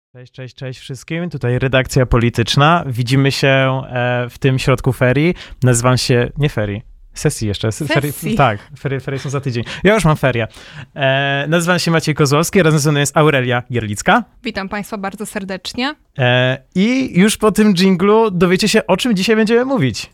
Cześć wszystkim. Tutaj redakcja polityczna. Widzimy się w tym środku ferii. Nazywam się, nie ferii, sesji jeszcze. Sesji. Tak, ferie są za tydzień. Ja już mam ferie. Nazywam się Maciej Kozłowski, razem ze mną jest Aurelia Gierlicka. Witam Państwa bardzo serdecznie. I już po tym dżinglu dowiecie się, o czym dzisiaj będziemy mówić.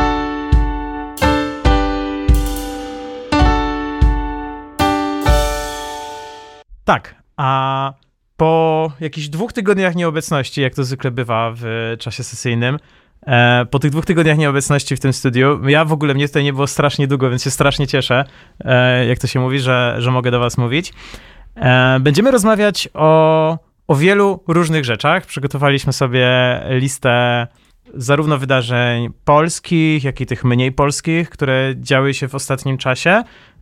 Tak, a po jakichś 2 tygodniach nieobecności, jak to zwykle bywa w czasie sesyjnym, po tych 2 tygodniach nieobecności w tym studiu, mnie tutaj nie było strasznie długo, więc się strasznie cieszę, jak to się mówi, że mogę do was mówić. Będziemy rozmawiać o wielu różnych rzeczach. Przygotowaliśmy sobie listę zarówno wydarzeń polskich, jak i tych mniej polskich, które działy się w ostatnim czasie.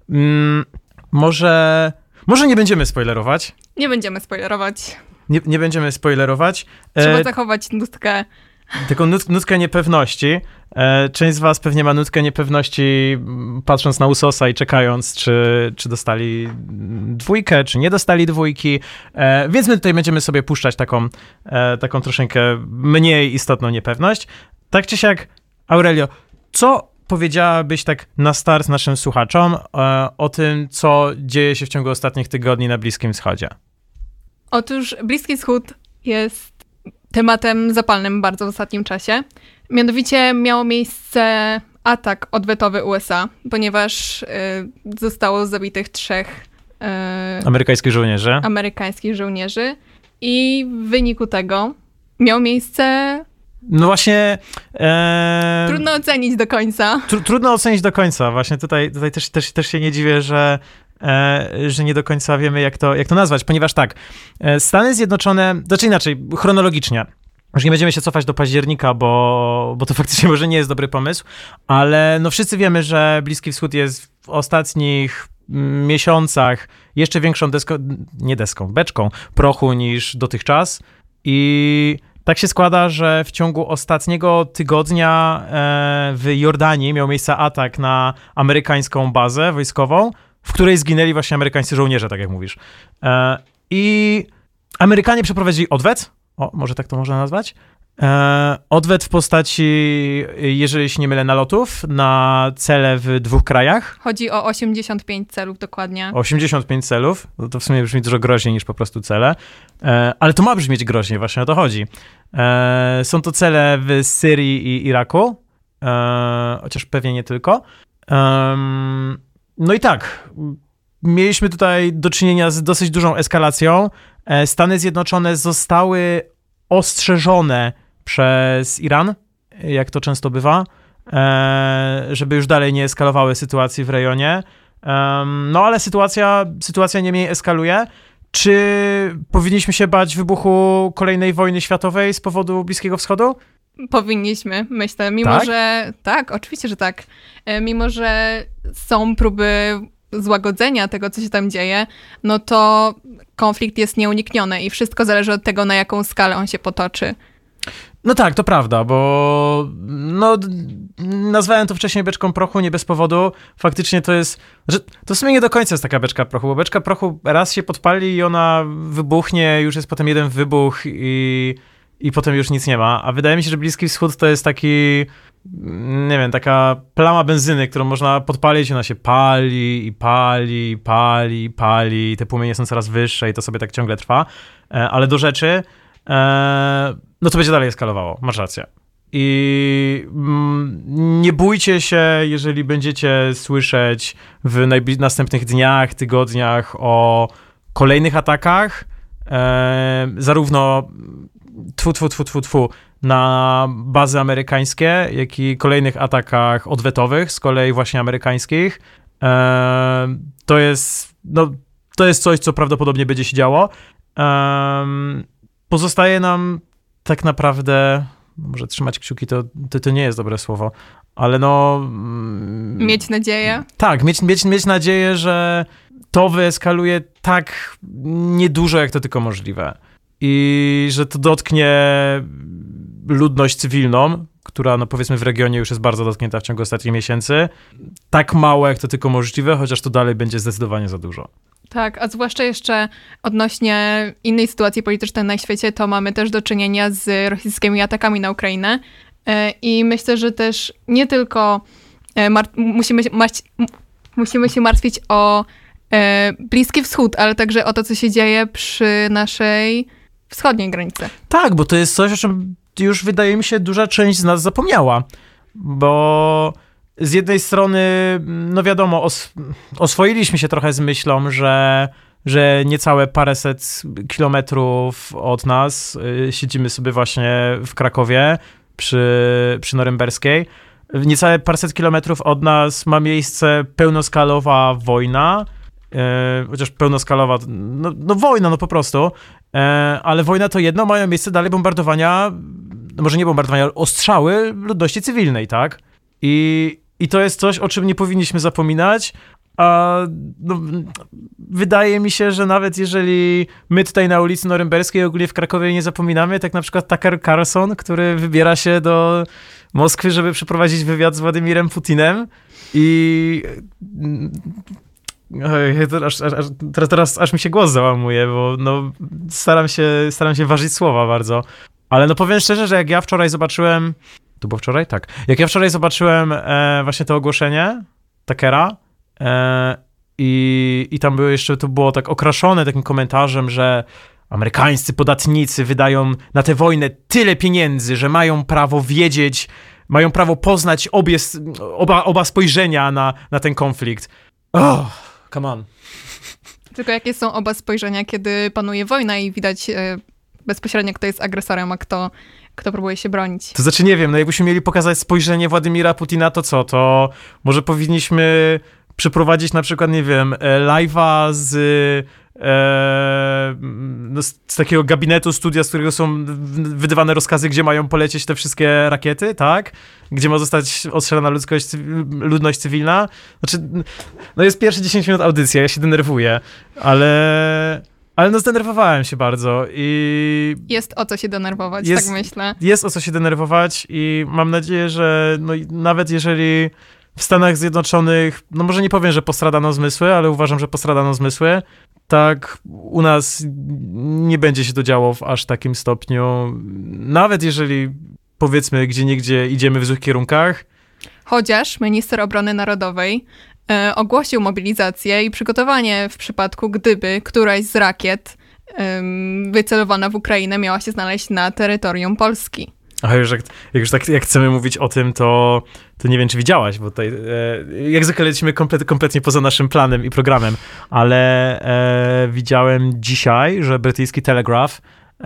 Może nie będziemy spoilerować. Nie będziemy spoilerować. Nie będziemy spoilerować. Trzeba zachować nutkę. Taką nutkę niepewności. Część z was pewnie ma nutkę niepewności, patrząc na USOS-a i czekając, czy dostali 2, czy nie dostali 2. Więc my tutaj będziemy sobie puszczać taką troszeczkę mniej istotną niepewność. Tak czy siak, Aurelio, co powiedziałabyś tak na start naszym słuchaczom o tym, co dzieje się w ciągu ostatnich tygodni na Bliskim Wschodzie? Otóż Bliski Wschód jest tematem zapalnym bardzo w ostatnim czasie. Mianowicie miało miejsce atak odwetowy USA, ponieważ zostało zabitych 3 amerykańskich żołnierzy i w wyniku tego miało miejsce... No właśnie... Trudno ocenić do końca. Trudno ocenić do końca. Właśnie tutaj też się nie dziwię, że nie do końca wiemy, jak to nazwać, ponieważ tak, Stany Zjednoczone, znaczy inaczej, chronologicznie, już nie będziemy się cofać do października, bo to faktycznie może nie jest dobry pomysł, ale no wszyscy wiemy, że Bliski Wschód jest w ostatnich miesiącach jeszcze większą beczką prochu niż dotychczas i tak się składa, że w ciągu ostatniego tygodnia w Jordanii miał miejsce atak na amerykańską bazę wojskową, w której zginęli właśnie amerykańscy żołnierze, tak jak mówisz. I Amerykanie przeprowadzili odwet, może tak to można nazwać, odwet w postaci, jeżeli się nie mylę, nalotów na cele w 2 krajach. Chodzi o 85 celów dokładnie. 85 celów, to w sumie brzmi dużo groźniej niż po prostu cele, ale to ma brzmieć groźnie, właśnie o to chodzi. Są to cele w Syrii i Iraku, chociaż pewnie nie tylko. No i tak, mieliśmy tutaj do czynienia z dosyć dużą eskalacją. Stany Zjednoczone zostały ostrzeżone przez Iran, jak to często bywa, żeby już dalej nie eskalowały sytuacji w rejonie. No ale sytuacja niemniej eskaluje. Czy powinniśmy się bać wybuchu kolejnej wojny światowej z powodu Bliskiego Wschodu? Powinniśmy, myślę, mimo że... Tak, oczywiście, że tak. Mimo że są próby złagodzenia tego, co się tam dzieje, no to konflikt jest nieunikniony i wszystko zależy od tego, na jaką skalę on się potoczy. No tak, to prawda, bo nazwałem to wcześniej beczką prochu, nie bez powodu. Faktycznie to w sumie nie do końca jest taka beczka prochu, bo beczka prochu raz się podpali i ona wybuchnie, już jest potem jeden wybuch i potem już nic nie ma. A wydaje mi się, że Bliski Wschód to jest taki, nie wiem, taka plama benzyny, którą można podpalić, ona się pali i pali. Te płomienie są coraz wyższe i to sobie tak ciągle trwa. Ale do rzeczy, no to będzie dalej eskalowało, masz rację. I nie bójcie się, jeżeli będziecie słyszeć w następnych dniach, tygodniach o kolejnych atakach, zarówno na bazy amerykańskie, jak i kolejnych atakach odwetowych, z kolei właśnie amerykańskich. To jest coś, co prawdopodobnie będzie się działo. Pozostaje nam tak naprawdę, może trzymać kciuki, to nie jest dobre słowo, ale mieć nadzieję. Tak, mieć nadzieję, że to wyeskaluje tak niedużo, jak to tylko możliwe. I że to dotknie ludność cywilną, która powiedzmy w regionie już jest bardzo dotknięta w ciągu ostatnich miesięcy, tak mało, jak to tylko możliwe, chociaż to dalej będzie zdecydowanie za dużo. Tak, a zwłaszcza jeszcze odnośnie innej sytuacji politycznej na świecie, to mamy też do czynienia z rosyjskimi atakami na Ukrainę. I myślę, że też nie tylko musimy się martwić o Bliski Wschód, ale także o to, co się dzieje przy naszej wschodniej granicy. Tak, bo to jest coś, o czym już wydaje mi się duża część z nas zapomniała. Bo z jednej strony, no wiadomo, oswoiliśmy się trochę z myślą, że niecałe paręset kilometrów od nas siedzimy sobie właśnie w Krakowie przy Norymberskiej. Niecałe paręset kilometrów od nas ma miejsce pełnoskalowa wojna, chociaż pełnoskalowa, no wojna, no po prostu, ale wojna to jedno, mają miejsce dalej bombardowania, może nie bombardowania, ostrzały ludności cywilnej, tak? I to jest coś, o czym nie powinniśmy zapominać, a no, wydaje mi się, że nawet jeżeli my tutaj na ulicy Norymberskiej ogólnie w Krakowie nie zapominamy, tak na przykład Tucker Carlson, który wybiera się do Moskwy, żeby przeprowadzić wywiad z Władimirem Putinem i teraz aż mi się głos załamuje, bo no, staram się ważyć słowa bardzo. Ale no powiem szczerze, że jak ja wczoraj zobaczyłem, to było wczoraj? Tak. Jak ja wczoraj zobaczyłem właśnie to ogłoszenie Tuckera i tam było jeszcze, to było tak okraszone takim komentarzem, że amerykańscy podatnicy wydają na tę wojnę tyle pieniędzy, że mają prawo wiedzieć, mają prawo poznać oba spojrzenia na ten konflikt. Oh, come on. Tylko jakie są oba spojrzenia, kiedy panuje wojna i widać bezpośrednio, kto jest agresorem, a kto próbuje się bronić. To znaczy, nie wiem, no jakbyśmy mieli pokazać spojrzenie Władimira Putina, to co? To może powinniśmy przeprowadzić na przykład, nie wiem, live'a z takiego gabinetu, studia, z którego są wydawane rozkazy, gdzie mają polecieć te wszystkie rakiety, tak? Gdzie ma zostać ostrzelona ludność cywilna. Znaczy, no jest pierwsze 10 minut audycji, ja się denerwuję, ale no zdenerwowałem się bardzo i... Jest o co się denerwować, tak myślę. Jest o co się denerwować i mam nadzieję, że no, nawet jeżeli w Stanach Zjednoczonych, no może nie powiem, że postradano zmysły, ale uważam, że postradano zmysły, tak u nas nie będzie się to działo w aż takim stopniu, nawet jeżeli powiedzmy gdzieniegdzie idziemy w złych kierunkach. Chociaż minister obrony narodowej ogłosił mobilizację i przygotowanie w przypadku, gdyby któraś z rakiet wycelowana w Ukrainę miała się znaleźć na terytorium Polski. A jak chcemy mówić o tym, to nie wiem, czy widziałaś, bo tutaj jak zwykle lecimy kompletnie poza naszym planem i programem, ale widziałem dzisiaj, że brytyjski Telegraph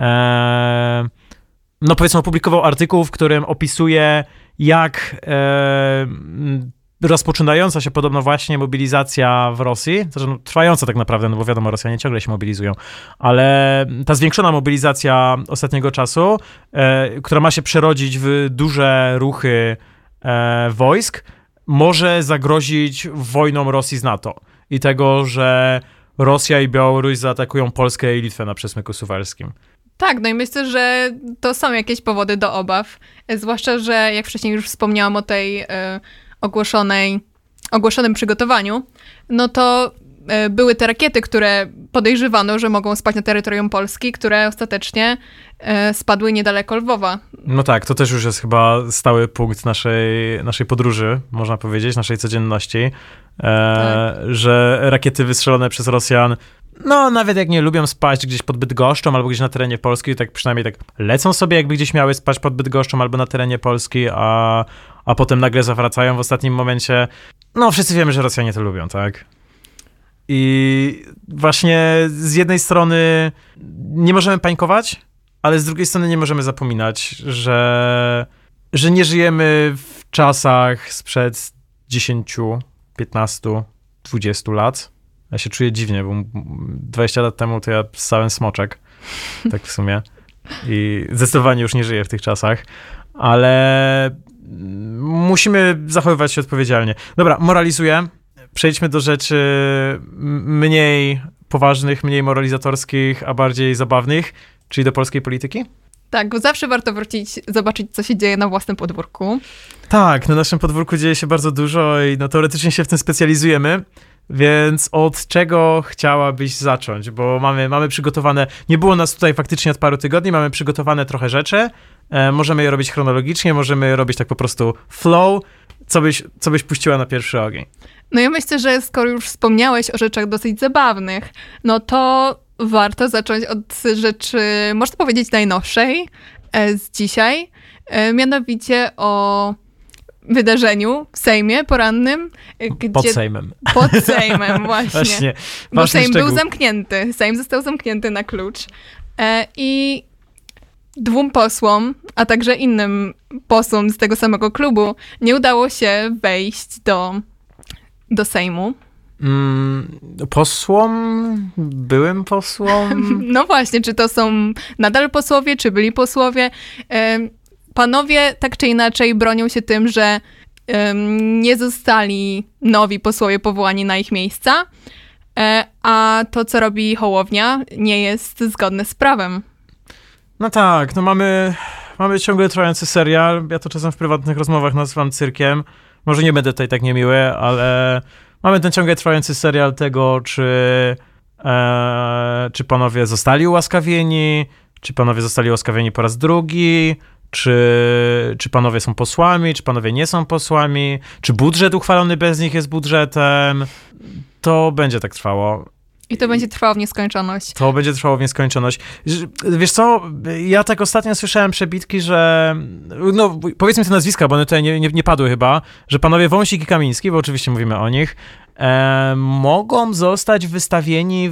no powiedzmy opublikował artykuł, w którym opisuje, jak rozpoczynająca się podobno właśnie mobilizacja w Rosji, znaczy no, trwająca tak naprawdę, no bo wiadomo, Rosjanie ciągle się mobilizują, ale ta zwiększona mobilizacja ostatniego czasu, która ma się przerodzić w duże ruchy wojsk, może zagrozić wojną Rosji z NATO i tego, że Rosja i Białoruś zaatakują Polskę i Litwę na przesmyku suwalskim. Tak, no i myślę, że to są jakieś powody do obaw, zwłaszcza, że jak wcześniej już wspomniałam o tej ogłoszonym przygotowaniu, no to były te rakiety, które podejrzewano, że mogą spać na terytorium Polski, które ostatecznie spadły niedaleko Lwowa. No tak, to też już jest chyba stały punkt naszej podróży, można powiedzieć, naszej codzienności, tak. Że rakiety wystrzelone przez Rosjan, no nawet jak nie lubią spać gdzieś pod Bydgoszczą albo gdzieś na terenie Polski, tak przynajmniej tak lecą sobie, jakby gdzieś miały spać pod Bydgoszczą albo na terenie Polski, a potem nagle zawracają w ostatnim momencie. No wszyscy wiemy, że Rosjanie to lubią, tak? I właśnie z jednej strony nie możemy pańkować, ale z drugiej strony nie możemy zapominać, że nie żyjemy w czasach sprzed 10, 15, 20 lat. Ja się czuję dziwnie, bo 20 lat temu to ja ssałem smoczek, tak w sumie. I zdecydowanie już nie żyję w tych czasach, ale musimy zachowywać się odpowiedzialnie. Dobra, moralizuję. Przejdźmy do rzeczy mniej poważnych, mniej moralizatorskich, a bardziej zabawnych, czyli do polskiej polityki. Tak, bo zawsze warto wrócić, zobaczyć, co się dzieje na własnym podwórku. Tak, na naszym podwórku dzieje się bardzo dużo i no, teoretycznie się w tym specjalizujemy. Więc od czego chciałabyś zacząć? Bo mamy przygotowane, nie było nas tutaj faktycznie od paru tygodni, mamy przygotowane trochę rzeczy. Możemy je robić chronologicznie, możemy je robić tak po prostu flow. Co byś puściła na pierwszy ogień? No ja myślę, że skoro już wspomniałeś o rzeczach dosyć zabawnych, no to warto zacząć od rzeczy, można powiedzieć, najnowszej z dzisiaj. Mianowicie o wydarzeniu w Sejmie porannym. Pod Sejmem. Pod Sejmem, właśnie. Bo Sejm był zamknięty. Sejm został zamknięty na klucz. I 2 posłom, a także innym posłom z tego samego klubu nie udało się wejść do Sejmu. Posłom? Byłym posłom? No właśnie, czy to są nadal posłowie, czy byli posłowie? Panowie tak czy inaczej bronią się tym, że nie zostali nowi posłowie powołani na ich miejsca, a to, co robi Hołownia, nie jest zgodne z prawem. No tak, no mamy ciągle trwający serial. Ja to czasem w prywatnych rozmowach nazywam cyrkiem. Może nie będę tutaj tak niemiły, ale mamy ten ciągle trwający serial tego, czy panowie zostali ułaskawieni, czy panowie zostali ułaskawieni po raz drugi, czy panowie są posłami, czy panowie nie są posłami, czy budżet uchwalony bez nich jest budżetem. To będzie tak trwało. I to będzie trwało w nieskończoność. To będzie trwało w nieskończoność. Wiesz co, ja tak ostatnio słyszałem przebitki, że, no powiedzmy te nazwiska, bo one tutaj nie padły chyba, że panowie Wąsik i Kamiński, bo oczywiście mówimy o nich, mogą zostać wystawieni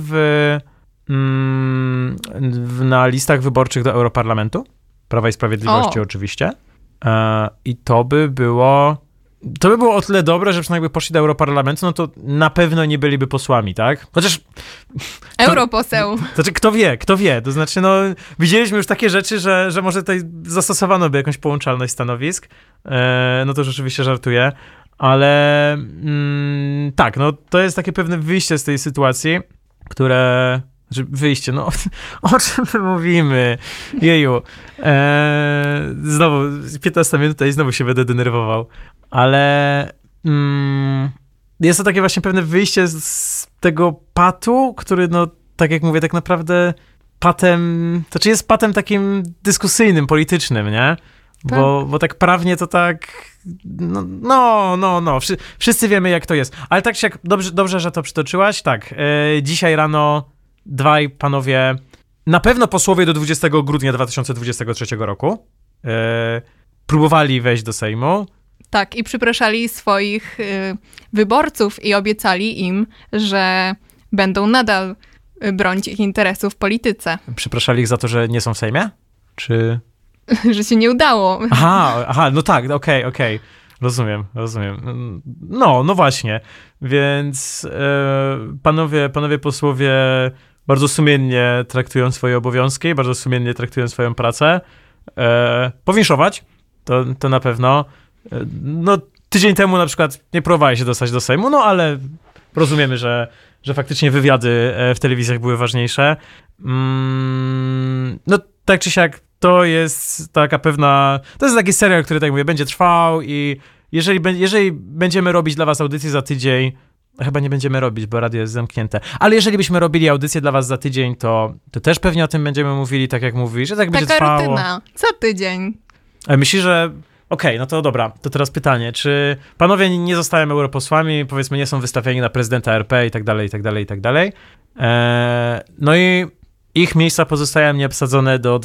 na listach wyborczych do Europarlamentu. Prawa i Sprawiedliwości oczywiście. I to by było o tyle dobre, że przynajmniej jakby poszli do Europarlamentu, no to na pewno nie byliby posłami, tak? Chociaż... Europoseł. Znaczy, kto wie. To znaczy, no, widzieliśmy już takie rzeczy, że może tutaj zastosowano by jakąś połączalność stanowisk. No to rzeczywiście żartuję. Ale tak, no to jest takie pewne wyjście z tej sytuacji, które... Znaczy wyjście, no o czym my mówimy? Jeju. Znowu, 15 minut i znowu się będę denerwował. Ale jest to takie właśnie pewne wyjście z tego patu, który, no tak jak mówię, tak naprawdę patem, to czy jest patem takim dyskusyjnym, politycznym, nie? Tak. Bo tak prawnie to tak, no, wszyscy wiemy jak to jest. Ale tak jak dobrze, że to przytoczyłaś, tak, dzisiaj rano 2 panowie, na pewno posłowie do 20 grudnia 2023 roku, próbowali wejść do Sejmu. Tak, i przepraszali swoich wyborców i obiecali im, że będą nadal bronić ich interesów w polityce. Przepraszali ich za to, że nie są w Sejmie? Czy... że się nie udało. Aha, no tak, okej. Rozumiem. No właśnie. Więc panowie posłowie bardzo sumiennie traktują swoje obowiązki, bardzo sumiennie traktują swoją pracę. Powinszować, to na pewno. No, tydzień temu na przykład nie próbowali się dostać do Sejmu, no ale rozumiemy, że faktycznie wywiady w telewizjach były ważniejsze. No, tak czy siak, to jest taka pewna... To jest taki serial, który, tak mówię, będzie trwał i jeżeli będziemy robić dla was audycję za tydzień, chyba nie będziemy robić, bo radio jest zamknięte, ale jeżeli byśmy robili audycję dla was za tydzień, to też pewnie o tym będziemy mówili, tak jak mówisz, że tak będzie trwało. Taka rutyna, co tydzień. Ale myślisz, że... Okej, no to dobra, to teraz pytanie, czy panowie nie zostają europosłami, powiedzmy nie są wystawieni na prezydenta RP i tak dalej, no i ich miejsca pozostają nieobsadzone do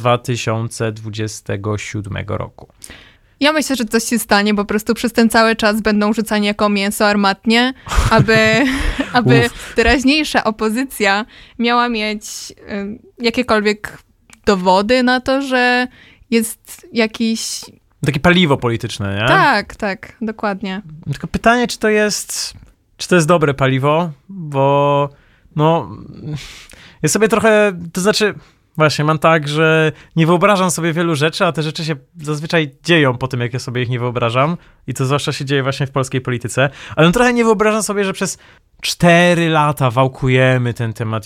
2027 roku. Ja myślę, że coś się stanie, po prostu przez ten cały czas będą rzucani jako mięso armatnie, aby teraźniejsza opozycja miała mieć jakiekolwiek dowody na to, że jest jakiś... Takie paliwo polityczne, nie? Tak, dokładnie. Tylko pytanie, czy to jest dobre paliwo, bo no jest sobie trochę, to znaczy właśnie mam tak, że nie wyobrażam sobie wielu rzeczy, a te rzeczy się zazwyczaj dzieją po tym, jak ja sobie ich nie wyobrażam i to zwłaszcza się dzieje właśnie w polskiej polityce, ale trochę nie wyobrażam sobie, że przez 4 lata wałkujemy ten temat i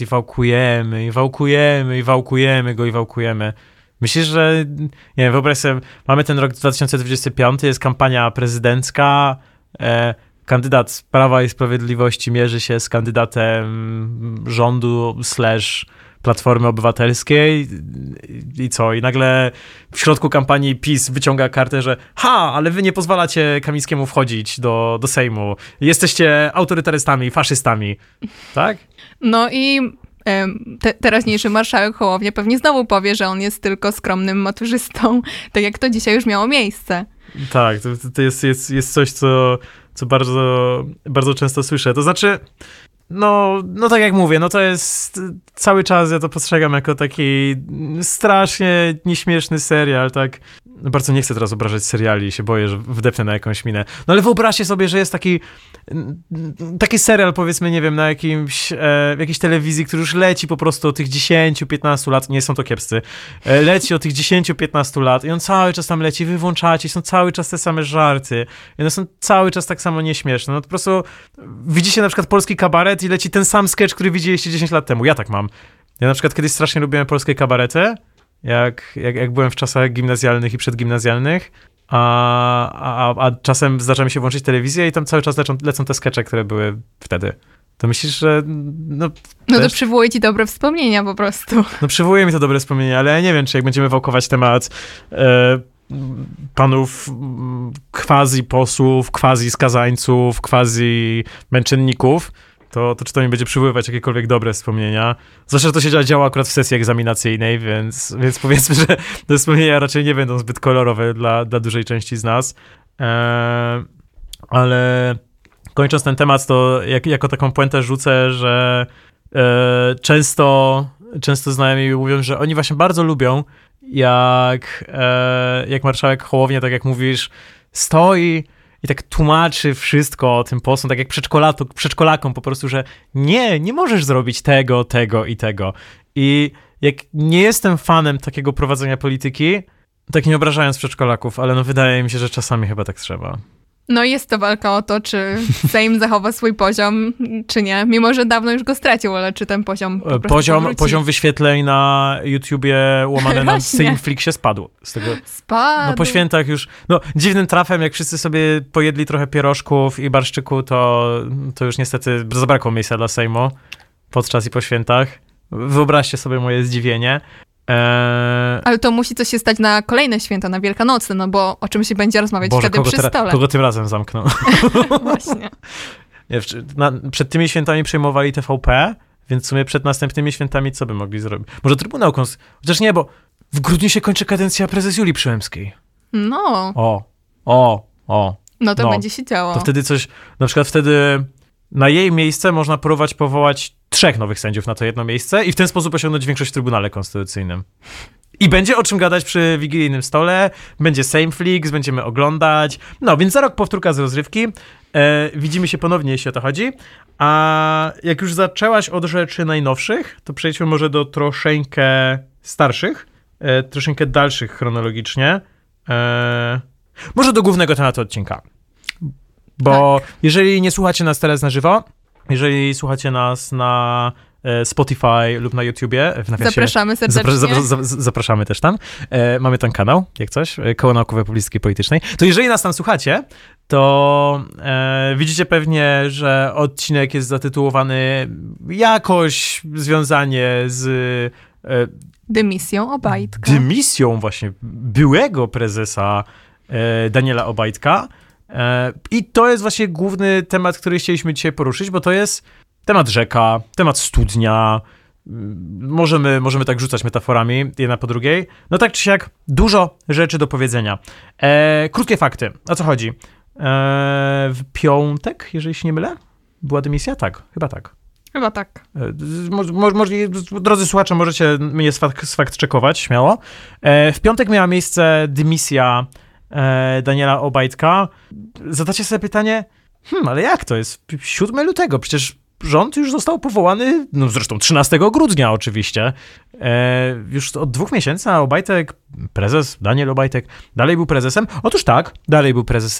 wałkujemy go. Myślisz, że, nie wiem, wyobraź sobie, mamy ten rok 2025, jest kampania prezydencka, kandydat Prawa i Sprawiedliwości mierzy się z kandydatem rządu / Platformy Obywatelskiej i co? I nagle w środku kampanii PiS wyciąga kartę, że ale wy nie pozwalacie Kamińskiemu wchodzić do Sejmu. Jesteście autorytarystami, faszystami. Tak? No i teraźniejszy marszałek Hołownia pewnie znowu powie, że on jest tylko skromnym maturzystą, tak jak to dzisiaj już miało miejsce. Tak, to jest coś, co bardzo, bardzo często słyszę. To znaczy, no tak jak mówię, no to jest cały czas, ja to postrzegam jako taki strasznie nieśmieszny serial, tak. Bardzo nie chcę teraz obrażać seriali, się boję, że wdepnę na jakąś minę. No ale wyobraźcie sobie, że jest taki serial, powiedzmy, nie wiem, na jakiejś telewizji, który już leci po prostu od tych 10-15 lat, nie są to kiepscy, leci od tych 10-15 lat i on cały czas tam leci, wy włączacie, są cały czas te same żarty i one są cały czas tak samo nieśmieszne. No to po prostu widzicie na przykład polski kabaret i leci ten sam sketch, który widzieliście 10 lat temu. Ja tak mam. Ja na przykład kiedyś strasznie lubiłem polskie kabarety, jak byłem w czasach gimnazjalnych i przedgimnazjalnych, a czasem zdarza mi się włączyć telewizję i tam cały czas lecą te skecze, które były wtedy. To myślisz, że... No to przywołuje ci dobre wspomnienia po prostu. No przywołuje mi to dobre wspomnienia, ale ja nie wiem, czy jak będziemy wałkować temat panów quasi-posłów, quasi-skazańców, quasi-męczenników, to czy to mi będzie przywoływać jakiekolwiek dobre wspomnienia. Zwłaszcza, że to się działo akurat w sesji egzaminacyjnej, więc powiedzmy, że te wspomnienia raczej nie będą zbyt kolorowe dla dużej części z nas. Ale kończąc ten temat, to jako taką puentę rzucę, że często znajomi mówią, że oni właśnie bardzo lubią, jak marszałek Hołownia, tak jak mówisz, stoi i tak tłumaczy wszystko tym posłom, tak jak przedszkolakom po prostu, że nie możesz zrobić tego i tego. I jak nie jestem fanem takiego prowadzenia polityki, tak nie obrażając przedszkolaków, ale no wydaje mi się, że czasami chyba tak trzeba. No jest to walka o to, czy Sejm zachowa swój poziom, czy nie. Mimo, że dawno już go stracił, ale czy ten poziom po prostu poziom wyświetleń na YouTubie łamane na Sejmflixie spadł. Spadł. No po świętach już, no dziwnym trafem, jak wszyscy sobie pojedli trochę pierożków i barszczyku, to już niestety zabrakło miejsca dla Sejmu podczas i po świętach. Wyobraźcie sobie moje zdziwienie. Ale to musi coś się stać na kolejne święta, na Wielkanocne, no bo o czym się będzie rozmawiać wtedy przy stole. Kogo tym razem zamkną? Właśnie. Nie, przed tymi świętami przejmowali TVP, więc w sumie przed następnymi świętami co by mogli zrobić? Może Trybunał Chociaż nie, bo w grudniu się kończy kadencja prezes Julii Przyłębskiej. No. No to będzie się działo. To wtedy coś, na przykład wtedy na jej miejsce można próbować powołać 3 nowych sędziów na to jedno miejsce i w ten sposób osiągnąć większość w Trybunale Konstytucyjnym. I będzie o czym gadać przy wigilijnym stole, będzie Sejmflix, będziemy oglądać. No, więc za rok powtórka z rozrywki. Widzimy się ponownie, jeśli o to chodzi. A jak już zaczęłaś od rzeczy najnowszych, to przejdźmy może do troszeczkę starszych, troszeczkę dalszych chronologicznie. Może do głównego tematu odcinka. Bo jeżeli nie słuchacie nas teraz na żywo, jeżeli słuchacie nas na Spotify lub na YouTubie, w nawiasie, zapraszamy serdecznie. Zapraszamy też tam. Mamy tam kanał, jak coś, Koło Naukowe Publicystyki Politycznej. To jeżeli nas tam słuchacie, to widzicie pewnie, że odcinek jest zatytułowany jakoś związanie z dymisją Obajtka. Dymisją właśnie byłego prezesa Daniela Obajtka. I to jest właśnie główny temat, który chcieliśmy dzisiaj poruszyć, bo to jest temat rzeka, temat studnia. Możemy tak rzucać metaforami, jedna po drugiej. No tak czy siak, dużo rzeczy do powiedzenia. Krótkie fakty. O co chodzi? W piątek, jeżeli się nie mylę, była dymisja? Tak, chyba tak. Chyba tak. Drodzy słuchacze, możecie mnie sfakt-checkować, śmiało. W piątek miała miejsce dymisja Daniela Obajtka. Zadacie sobie pytanie, ale jak to jest? 7 lutego, przecież rząd już został powołany, no zresztą 13 grudnia oczywiście. Już od 2 miesięcy, a Obajtek, prezes Daniel Obajtek, dalej był prezesem. Otóż tak, dalej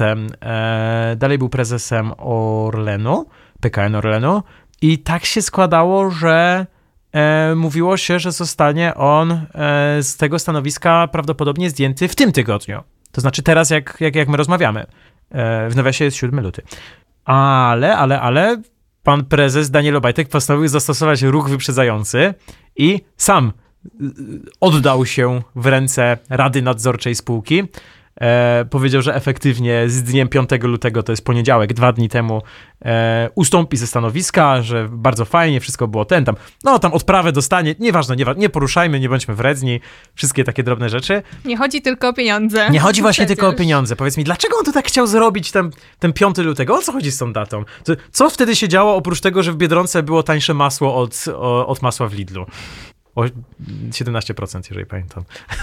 był prezesem Orlenu, PKN Orlenu i tak się składało, że mówiło się, że zostanie on z tego stanowiska prawdopodobnie zdjęty w tym tygodniu. To znaczy teraz, jak my rozmawiamy. W nawiasie jest 7 luty. Ale pan prezes Daniel Obajtek postanowił zastosować ruch wyprzedzający i sam oddał się w ręce Rady Nadzorczej spółki. Powiedział, że efektywnie z dniem 5 lutego, to jest poniedziałek, 2 dni temu, ustąpi ze stanowiska, że bardzo fajnie, wszystko było tam odprawę dostanie, nieważne, nie poruszajmy, nie bądźmy wredzni, wszystkie takie drobne rzeczy. Nie chodzi tylko o pieniądze. Nie chodzi właśnie tylko o pieniądze. Powiedz mi, dlaczego on to tak chciał zrobić ten 5 lutego? O co chodzi z tą datą? Co wtedy się działo, oprócz tego, że w Biedronce było tańsze masło od masła w Lidlu? O 17%, jeżeli pamiętam.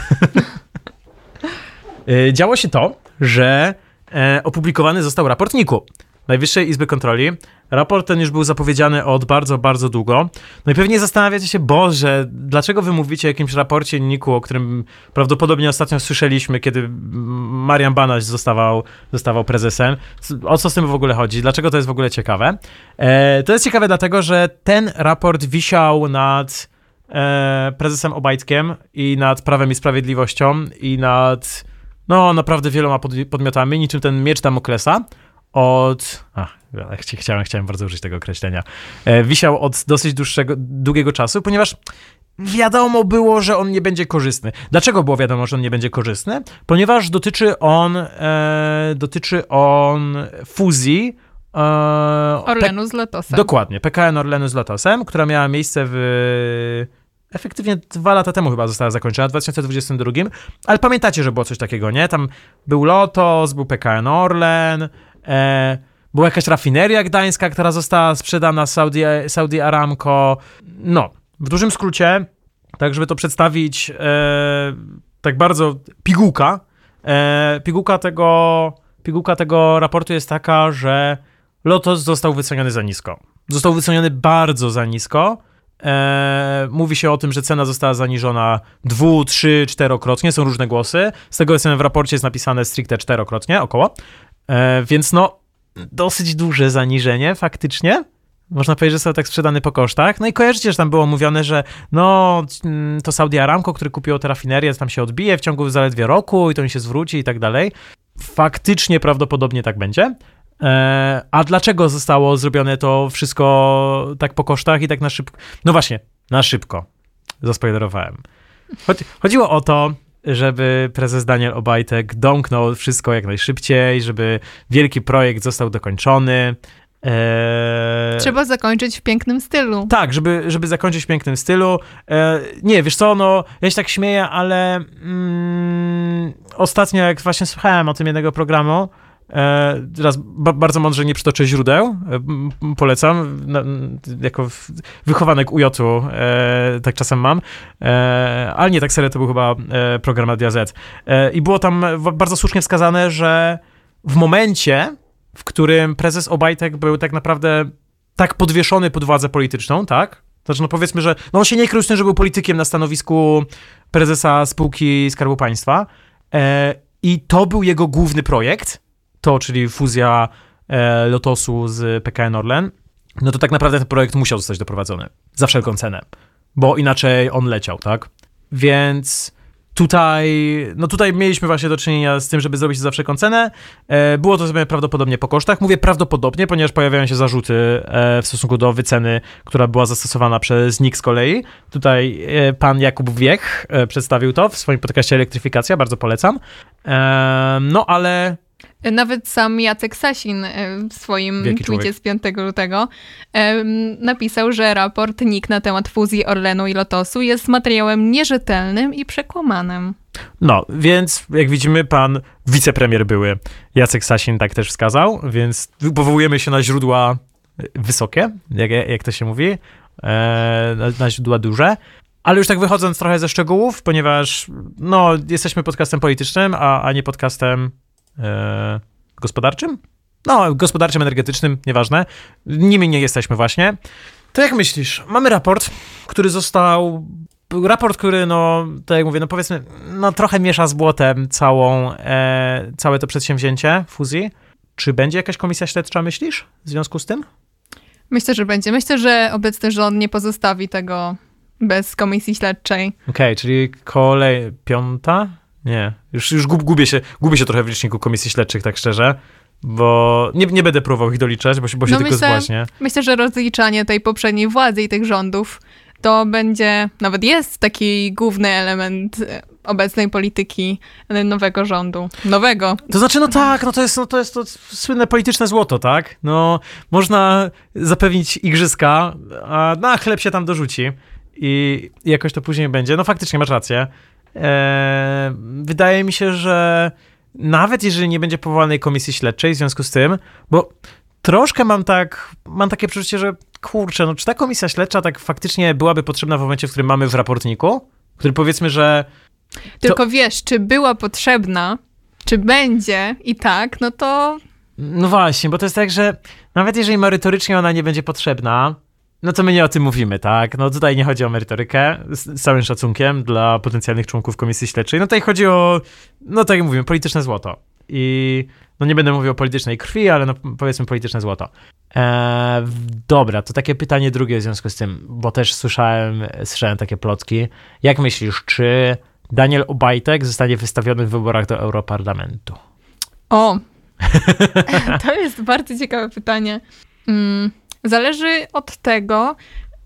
Działo się to, że opublikowany został raport NIK-u, Najwyższej Izby Kontroli. Raport ten już był zapowiedziany od bardzo, bardzo długo. No i pewnie zastanawiacie się, Boże, dlaczego wy mówicie o jakimś raporcie NIK-u, o którym prawdopodobnie ostatnio słyszeliśmy, kiedy Marian Banaś zostawał prezesem. O co z tym w ogóle chodzi? Dlaczego to jest w ogóle ciekawe? To jest ciekawe dlatego, że ten raport wisiał nad prezesem Obajtkiem i nad Prawem i Sprawiedliwością i nad naprawdę wieloma podmiotami, niczym ten miecz Damoklesa chciałem bardzo użyć tego określenia. Wisiał od dosyć długiego czasu, ponieważ wiadomo było, że on nie będzie korzystny. Dlaczego było wiadomo, że on nie będzie korzystny? Ponieważ dotyczy on fuzji Orlenu z Lotosem. Dokładnie, PKN Orlenu z Lotosem, która miała miejsce efektywnie 2 lata temu chyba została zakończona, w 2022, ale pamiętacie, że było coś takiego, nie? Tam był Lotos, był PKN Orlen, była jakaś rafineria gdańska, która została sprzedana Saudi Aramco. No, w dużym skrócie, tak żeby to przedstawić tak bardzo pigułka tego raportu jest taka, że Lotos został wyceniony za nisko. Został wyceniony bardzo za nisko. Mówi się o tym, że cena została zaniżona 2, 3, 4-krotnie, są różne głosy. Z tego w raporcie jest napisane stricte 4-krotnie, około. Więc dosyć duże zaniżenie faktycznie. Można powiedzieć, że są tak sprzedane po kosztach. No i kojarzycie, że tam było mówione, że to Saudi Aramco, który kupiło tę rafinerię, tam się odbije w ciągu zaledwie roku i to mi się zwróci i tak dalej. Faktycznie prawdopodobnie tak będzie. A dlaczego zostało zrobione to wszystko tak po kosztach i tak na szybko? No właśnie, na szybko. Zaspoilerowałem. Chodziło o to, żeby prezes Daniel Obajtek domknął wszystko jak najszybciej, żeby wielki projekt został dokończony. Trzeba zakończyć w pięknym stylu. Tak, żeby zakończyć w pięknym stylu. Nie, wiesz co, ja się tak śmieję, ale ostatnio jak właśnie słuchałem o tym jednego programu, teraz bardzo mądrze nie przytoczę źródeł, polecam, jako wychowanek UJ-u tak czasem mam, ale nie, tak serio, to był chyba program Radia Z. I było tam bardzo słusznie wskazane, że w momencie, w którym prezes Obajtek był tak naprawdę tak podwieszony pod władzę polityczną, tak? Znaczy, powiedzmy, że on się nie krył z tym, że był politykiem na stanowisku prezesa spółki Skarbu Państwa i to był jego główny projekt, czyli fuzja Lotosu z PKN Orlen, no to tak naprawdę ten projekt musiał zostać doprowadzony za wszelką cenę, bo inaczej on leciał, tak? Więc tutaj mieliśmy właśnie do czynienia z tym, żeby zrobić to za wszelką cenę. Było to zrobione prawdopodobnie po kosztach. Mówię prawdopodobnie, ponieważ pojawiają się zarzuty w stosunku do wyceny, która była zastosowana przez NIK z kolei. Tutaj pan Jakub Wiech przedstawił to w swoim podcaście Elektryfikacja, bardzo polecam. Ale nawet sam Jacek Sasin w swoim tweetie z 5 lutego napisał, że raport NIK na temat fuzji Orlenu i Lotosu jest materiałem nierzetelnym i przekłamanym. No, więc jak widzimy, pan wicepremier były Jacek Sasin tak też wskazał, więc powołujemy się na źródła wysokie, jak to się mówi, na źródła duże. Ale już tak wychodząc trochę ze szczegółów, ponieważ jesteśmy podcastem politycznym, a nie podcastem gospodarczym? Gospodarczym, energetycznym, nieważne. Nimi nie jesteśmy właśnie. To jak myślisz? Mamy raport, który, tak jak mówię, powiedzmy, trochę miesza z błotem całe to przedsięwzięcie fuzji. Czy będzie jakaś komisja śledcza, myślisz, w związku z tym? Myślę, że będzie. Myślę, że obecny rząd nie pozostawi tego bez komisji śledczej. Okej, czyli kolej 5? Nie, już gubię się trochę w liczniku komisji śledczych, tak szczerze. bo nie będę próbował ich doliczać, bo się tylko zbłaźnię. Myślę, że rozliczanie tej poprzedniej władzy i tych rządów to będzie, nawet jest taki główny element obecnej polityki nowego rządu. Nowego. To znaczy, to jest to słynne polityczne złoto, tak? No, można zapewnić igrzyska, a na chleb się tam dorzuci i jakoś to później będzie. No faktycznie, masz rację. Wydaje mi się, że nawet jeżeli nie będzie powołanej komisji śledczej w związku z tym, bo troszkę mam takie przeczucie, że kurczę, no czy ta komisja śledcza tak faktycznie byłaby potrzebna w momencie, w którym mamy w raportniku, który powiedzmy, że... Tylko wiesz, czy była potrzebna, czy będzie i tak, no to... No właśnie, bo to jest tak, że nawet jeżeli merytorycznie ona nie będzie potrzebna, no to my nie o tym mówimy, tak? No tutaj nie chodzi o merytorykę, z całym szacunkiem dla potencjalnych członków komisji śledczej. No tutaj chodzi o, no tak jak mówimy, polityczne złoto. I no nie będę mówił o politycznej krwi, ale no powiedzmy polityczne złoto. Dobra, to takie pytanie drugie w związku z tym, bo też słyszałem takie plotki. Jak myślisz, czy Daniel Obajtek zostanie wystawiony w wyborach do Europarlamentu? O, to jest bardzo ciekawe pytanie. Zależy od tego,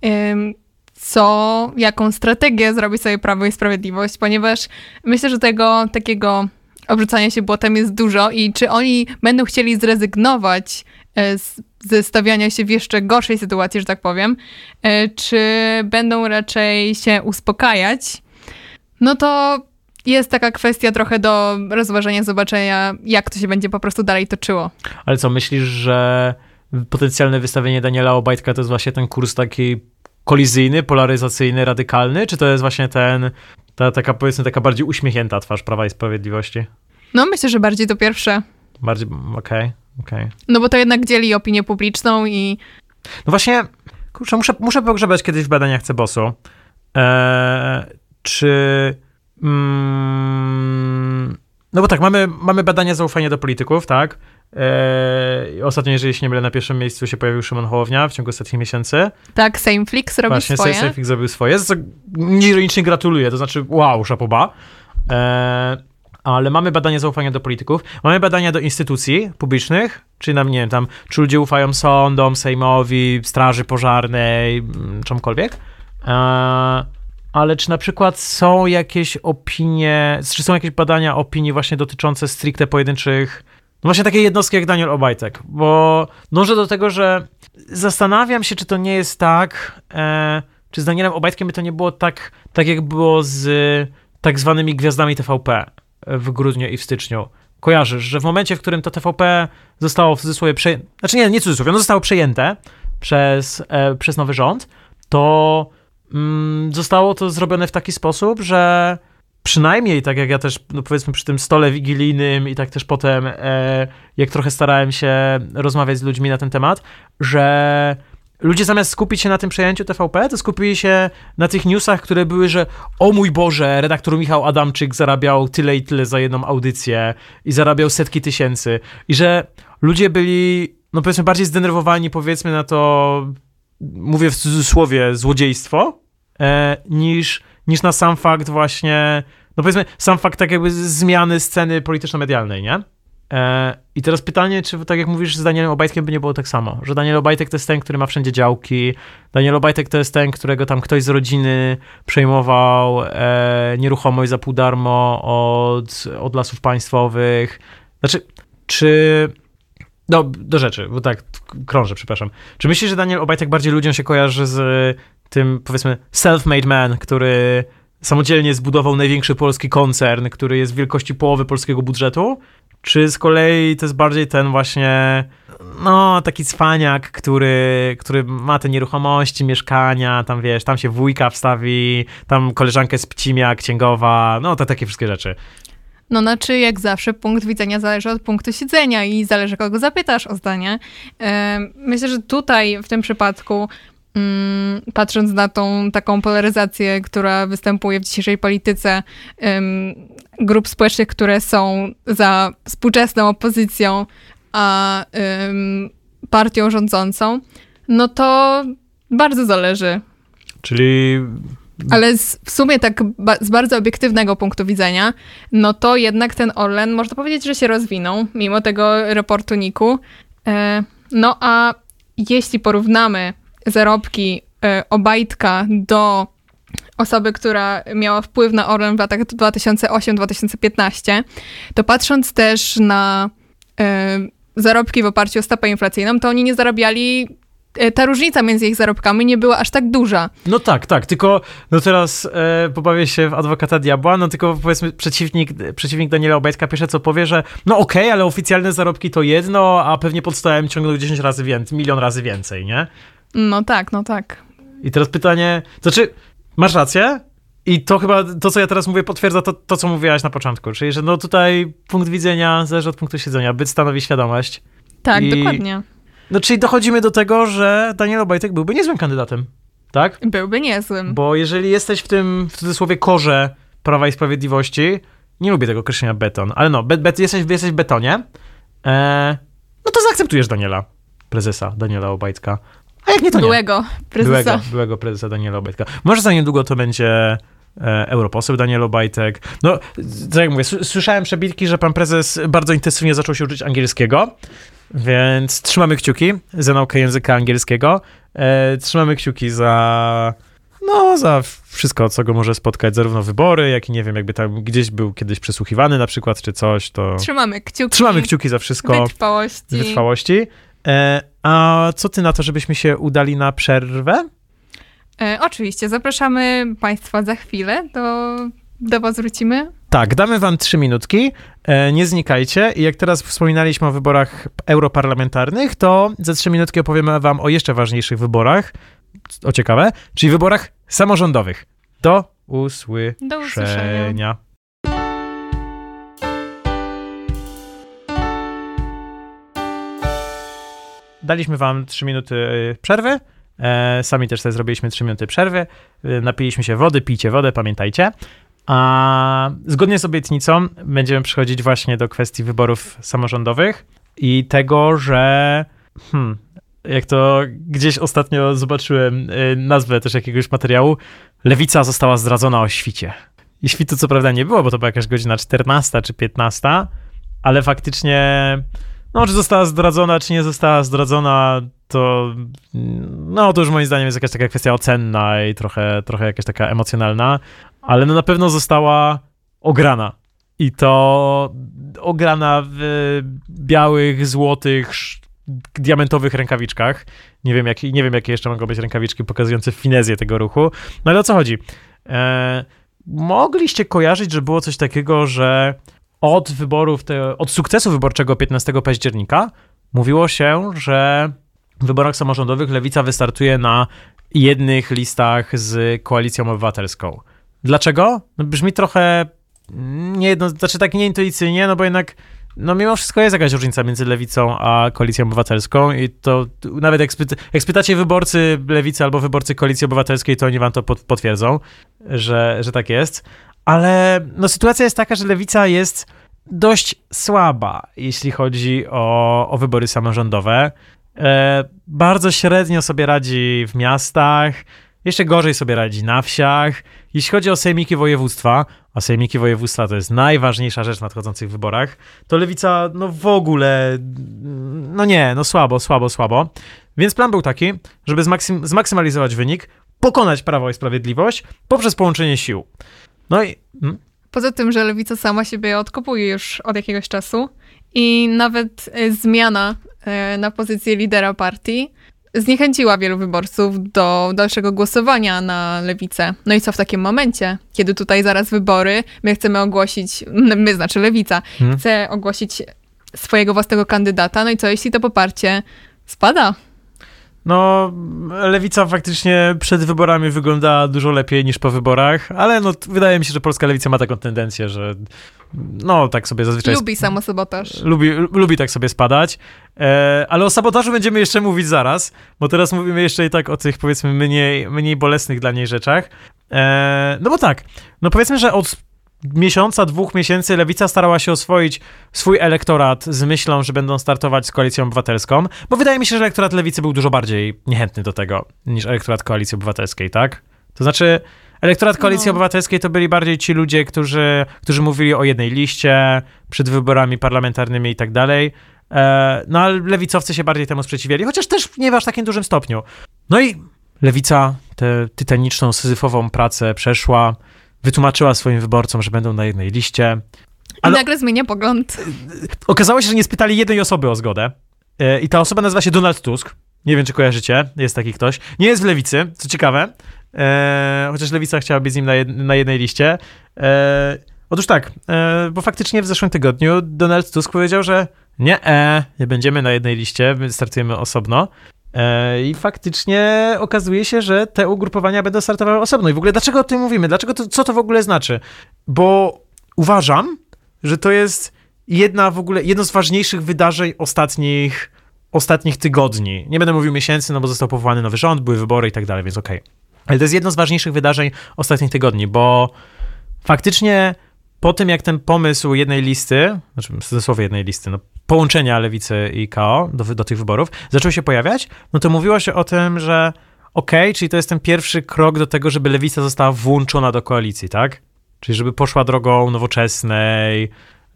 jaką strategię zrobi sobie Prawo i Sprawiedliwość, ponieważ myślę, że tego takiego obrzucania się błotem jest dużo i czy oni będą chcieli zrezygnować ze stawiania się w jeszcze gorszej sytuacji, że tak powiem, czy będą raczej się uspokajać, no to jest taka kwestia trochę do rozważenia, zobaczenia, jak to się będzie po prostu dalej toczyło. Ale co, myślisz, że potencjalne wystawienie Daniela Obajtka to jest właśnie ten kurs taki kolizyjny, polaryzacyjny, radykalny, czy to jest właśnie taka powiedzmy taka bardziej uśmiechnięta twarz Prawa i Sprawiedliwości? No myślę, że bardziej to pierwsze. Bardziej, okej. No bo to jednak dzieli opinię publiczną i... No właśnie, kurczę, muszę pogrzebać kiedyś w badaniach Cebosu. No bo tak, mamy badania zaufania do polityków, tak? Ostatnio, jeżeli się nie mylę, na pierwszym miejscu się pojawił Szymon Hołownia w ciągu ostatnich miesięcy. Tak, Sameflix robił swoje. Właśnie, Sameflix zrobił swoje, za co niironicznie gratuluję, to znaczy wow, szapoba. Ale mamy badania zaufania do polityków, mamy badania do instytucji publicznych, czyli nie wiem, czy ludzie ufają sądom, Sejmowi, Straży Pożarnej, czymkolwiek. Ale czy na przykład są jakieś opinie, czy są jakieś badania opinii właśnie dotyczące stricte pojedynczych, no właśnie takiej jednostki jak Daniel Obajtek, bo dążę do tego, że zastanawiam się, czy to nie jest tak, czy z Danielem Obajtkiem by to nie było tak jak było z tak zwanymi gwiazdami TVP w grudniu i w styczniu. Kojarzysz, że w momencie, w którym to TVP zostało w cudzysłowie nie cudzysłowie, ono zostało przejęte przez nowy rząd, to zostało to zrobione w taki sposób, że przynajmniej tak jak ja też, no powiedzmy przy tym stole wigilijnym i tak też potem, jak trochę starałem się rozmawiać z ludźmi na ten temat, że ludzie zamiast skupić się na tym przejęciu TVP, to skupili się na tych newsach, które były, że o mój Boże, redaktor Michał Adamczyk zarabiał tyle i tyle za jedną audycję i zarabiał setki tysięcy i że ludzie byli, no powiedzmy, bardziej zdenerwowani, powiedzmy na to, mówię w cudzysłowie, złodziejstwo, niż na sam fakt właśnie, no powiedzmy, sam fakt tak jakby zmiany sceny polityczno-medialnej, nie? I teraz pytanie, czy tak jak mówisz, z Danielem Obajtkiem by nie było tak samo, że Daniel Obajtek to jest ten, który ma wszędzie działki, Daniel Obajtek to jest ten, którego tam ktoś z rodziny przejmował nieruchomość za pół darmo od Lasów Państwowych. Znaczy, do rzeczy, bo tak krążę, przepraszam. Czy myślisz, że Daniel Obajtek bardziej ludziom się kojarzy z tym, powiedzmy, self-made man, który samodzielnie zbudował największy polski koncern, który jest wielkości połowy polskiego budżetu? Czy z kolei to jest bardziej ten właśnie, no, taki cwaniak, który ma te nieruchomości, mieszkania, tam wiesz, tam się wujka wstawi, tam koleżankę z Pcimia, księgowa, no to takie wszystkie rzeczy. No znaczy, jak zawsze, punkt widzenia zależy od punktu siedzenia i zależy, kogo zapytasz o zdanie. Myślę, że tutaj, w tym przypadku, patrząc na tą taką polaryzację, która występuje w dzisiejszej polityce, grup społecznych, które są za współczesną opozycją, a partią rządzącą, no to bardzo zależy. Czyli Ale w sumie tak z bardzo obiektywnego punktu widzenia, no to jednak ten Orlen, można powiedzieć, że się rozwinął, mimo tego raportu NIK-u. No a jeśli porównamy zarobki Obajtka do osoby, która miała wpływ na Orlen w latach 2008-2015, to patrząc też na zarobki w oparciu o stopę inflacyjną, to oni nie zarabiali, ta różnica między ich zarobkami nie była aż tak duża. No tak, tylko no teraz pobawię się w adwokata diabła, no tylko powiedzmy przeciwnik Daniela Obajtka pierwsze co powie, że no okej, ale oficjalne zarobki to jedno, a pewnie pod stołem ciągną 10 razy więcej, milion razy więcej, nie? No tak. I teraz pytanie, to czy masz rację? I to chyba, to co ja teraz mówię potwierdza to co mówiłaś na początku, czyli że no tutaj punkt widzenia zależy od punktu siedzenia, byt stanowi świadomość. Tak, dokładnie. No czyli dochodzimy do tego, że Daniel Obajtek byłby niezłym kandydatem, tak? Byłby niezłym. Bo jeżeli jesteś w tym, w cudzysłowie, korze Prawa i Sprawiedliwości, nie lubię tego określenia beton, ale no, jesteś w betonie, no to zaakceptujesz prezesa Daniela Obajtka. A jak nie, to nie. Byłego prezesa Daniela Obajtka. Może za niedługo to będzie europoseł Daniel Obajtek. No, tak jak mówię, słyszałem przebitki, że pan prezes bardzo intensywnie zaczął się uczyć angielskiego, więc trzymamy kciuki za naukę języka angielskiego. Trzymamy kciuki za wszystko, co go może spotkać, zarówno wybory, jak i nie wiem, jakby tam gdzieś był kiedyś przesłuchiwany na przykład, czy coś, to... Trzymamy kciuki za wszystko. Wytrwałości. A co ty na to, żebyśmy się udali na przerwę? Oczywiście, zapraszamy Państwa za chwilę, do was wrócimy. Tak, damy wam 3 minutki, nie znikajcie i jak teraz wspominaliśmy o wyborach europarlamentarnych, to za 3 minutki opowiemy wam o jeszcze ważniejszych wyborach, o ciekawe, czyli wyborach samorządowych. Do usłyszenia. Daliśmy wam 3 minuty przerwy. Sami też sobie zrobiliśmy 3 minuty przerwy. Napiliśmy się wody, pijcie wodę, pamiętajcie. A zgodnie z obietnicą będziemy przechodzić właśnie do kwestii wyborów samorządowych i tego, że jak to gdzieś ostatnio zobaczyłem nazwę też jakiegoś materiału, Lewica została zdradzona o świcie. I świtu co prawda nie było, bo to była jakaś godzina 14 czy 15, ale faktycznie czy została zdradzona, czy nie została zdradzona, to już moim zdaniem jest jakaś taka kwestia ocenna i trochę jakaś taka emocjonalna, ale na pewno została ograna. I to ograna w białych, złotych, diamentowych rękawiczkach. Nie wiem, jakie jeszcze mogą być rękawiczki pokazujące finezję tego ruchu. No ale o co chodzi? Mogliście kojarzyć, że było coś takiego, że od sukcesu wyborczego 15 października mówiło się, że w wyborach samorządowych Lewica wystartuje na jednych listach z Koalicją Obywatelską. Dlaczego? No brzmi trochę tak nieintuicyjnie, bo jednak mimo wszystko jest jakaś różnica między Lewicą a Koalicją Obywatelską i to nawet jak spytacie wyborcy Lewicy albo wyborcy Koalicji Obywatelskiej, to oni wam to potwierdzą, że tak jest. Ale sytuacja jest taka, że Lewica jest dość słaba, jeśli chodzi o wybory samorządowe. Bardzo średnio sobie radzi w miastach, jeszcze gorzej sobie radzi na wsiach. Jeśli chodzi o sejmiki województwa, a sejmiki województwa to jest najważniejsza rzecz w nadchodzących wyborach, to Lewica w ogóle, słabo. Więc plan był taki, żeby zmaksymalizować wynik, pokonać Prawo i Sprawiedliwość poprzez połączenie sił. Poza tym, że Lewica sama siebie odkopuje już od jakiegoś czasu i nawet zmiana na pozycję lidera partii zniechęciła wielu wyborców do dalszego głosowania na Lewicę. No i co w takim momencie, kiedy tutaj zaraz wybory, my chcemy ogłosić, znaczy Lewica, chce ogłosić swojego własnego kandydata, no i co jeśli to poparcie spada? Lewica faktycznie przed wyborami wygląda dużo lepiej niż po wyborach, ale wydaje mi się, że polska lewica ma taką tendencję, że tak sobie zazwyczaj... Lubi samosabotaż. Lubi tak sobie spadać, ale o sabotażu będziemy jeszcze mówić zaraz, bo teraz mówimy jeszcze i tak o tych, powiedzmy, mniej bolesnych dla niej rzeczach. Powiedzmy, że od miesiąca, 2 miesięcy Lewica starała się oswoić swój elektorat z myślą, że będą startować z Koalicją Obywatelską, bo wydaje mi się, że elektorat Lewicy był dużo bardziej niechętny do tego niż elektorat Koalicji Obywatelskiej, tak? To znaczy, Elektorat Koalicji Obywatelskiej to byli bardziej ci ludzie, którzy mówili o jednej liście przed wyborami parlamentarnymi i tak dalej. No ale lewicowcy się bardziej temu sprzeciwiali, chociaż też nie w aż takim dużym stopniu. No i lewica tę tytaniczną, syzyfową pracę przeszła, wytłumaczyła swoim wyborcom, że będą na jednej liście. Ale i nagle zmienia pogląd. Okazało się, że nie spytali jednej osoby o zgodę. I ta osoba nazywa się Donald Tusk. Nie wiem, czy kojarzycie. Jest taki ktoś. Nie jest w lewicy, co ciekawe. Chociaż lewica chciała być z nim na jednej liście. Otóż tak, bo faktycznie w zeszłym tygodniu Donald Tusk powiedział, że nie będziemy na jednej liście, my startujemy osobno. I faktycznie okazuje się, że te ugrupowania będą startowały osobno. I w ogóle dlaczego o tym mówimy? Co to w ogóle znaczy? Bo uważam, że to jest jedno z ważniejszych wydarzeń ostatnich tygodni. Nie będę mówił miesięcy, no bo został powołany nowy rząd, były wybory i tak dalej, więc okej. Ale to jest jedno z ważniejszych wydarzeń ostatnich tygodni, bo faktycznie po tym, jak ten pomysł jednej listy, znaczy w cudzysłowie jednej listy, no połączenia Lewicy i KO do tych wyborów zaczął się pojawiać, no to mówiło się o tym, że czyli to jest ten pierwszy krok do tego, żeby Lewica została włączona do koalicji, tak? Czyli żeby poszła drogą Nowoczesnej.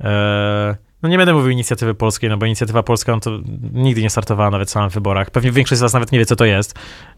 No nie będę mówił Inicjatywy Polskiej, no bo Inicjatywa Polska to nigdy nie startowała nawet sama w wyborach. Pewnie większość z was nawet nie wie, co to jest.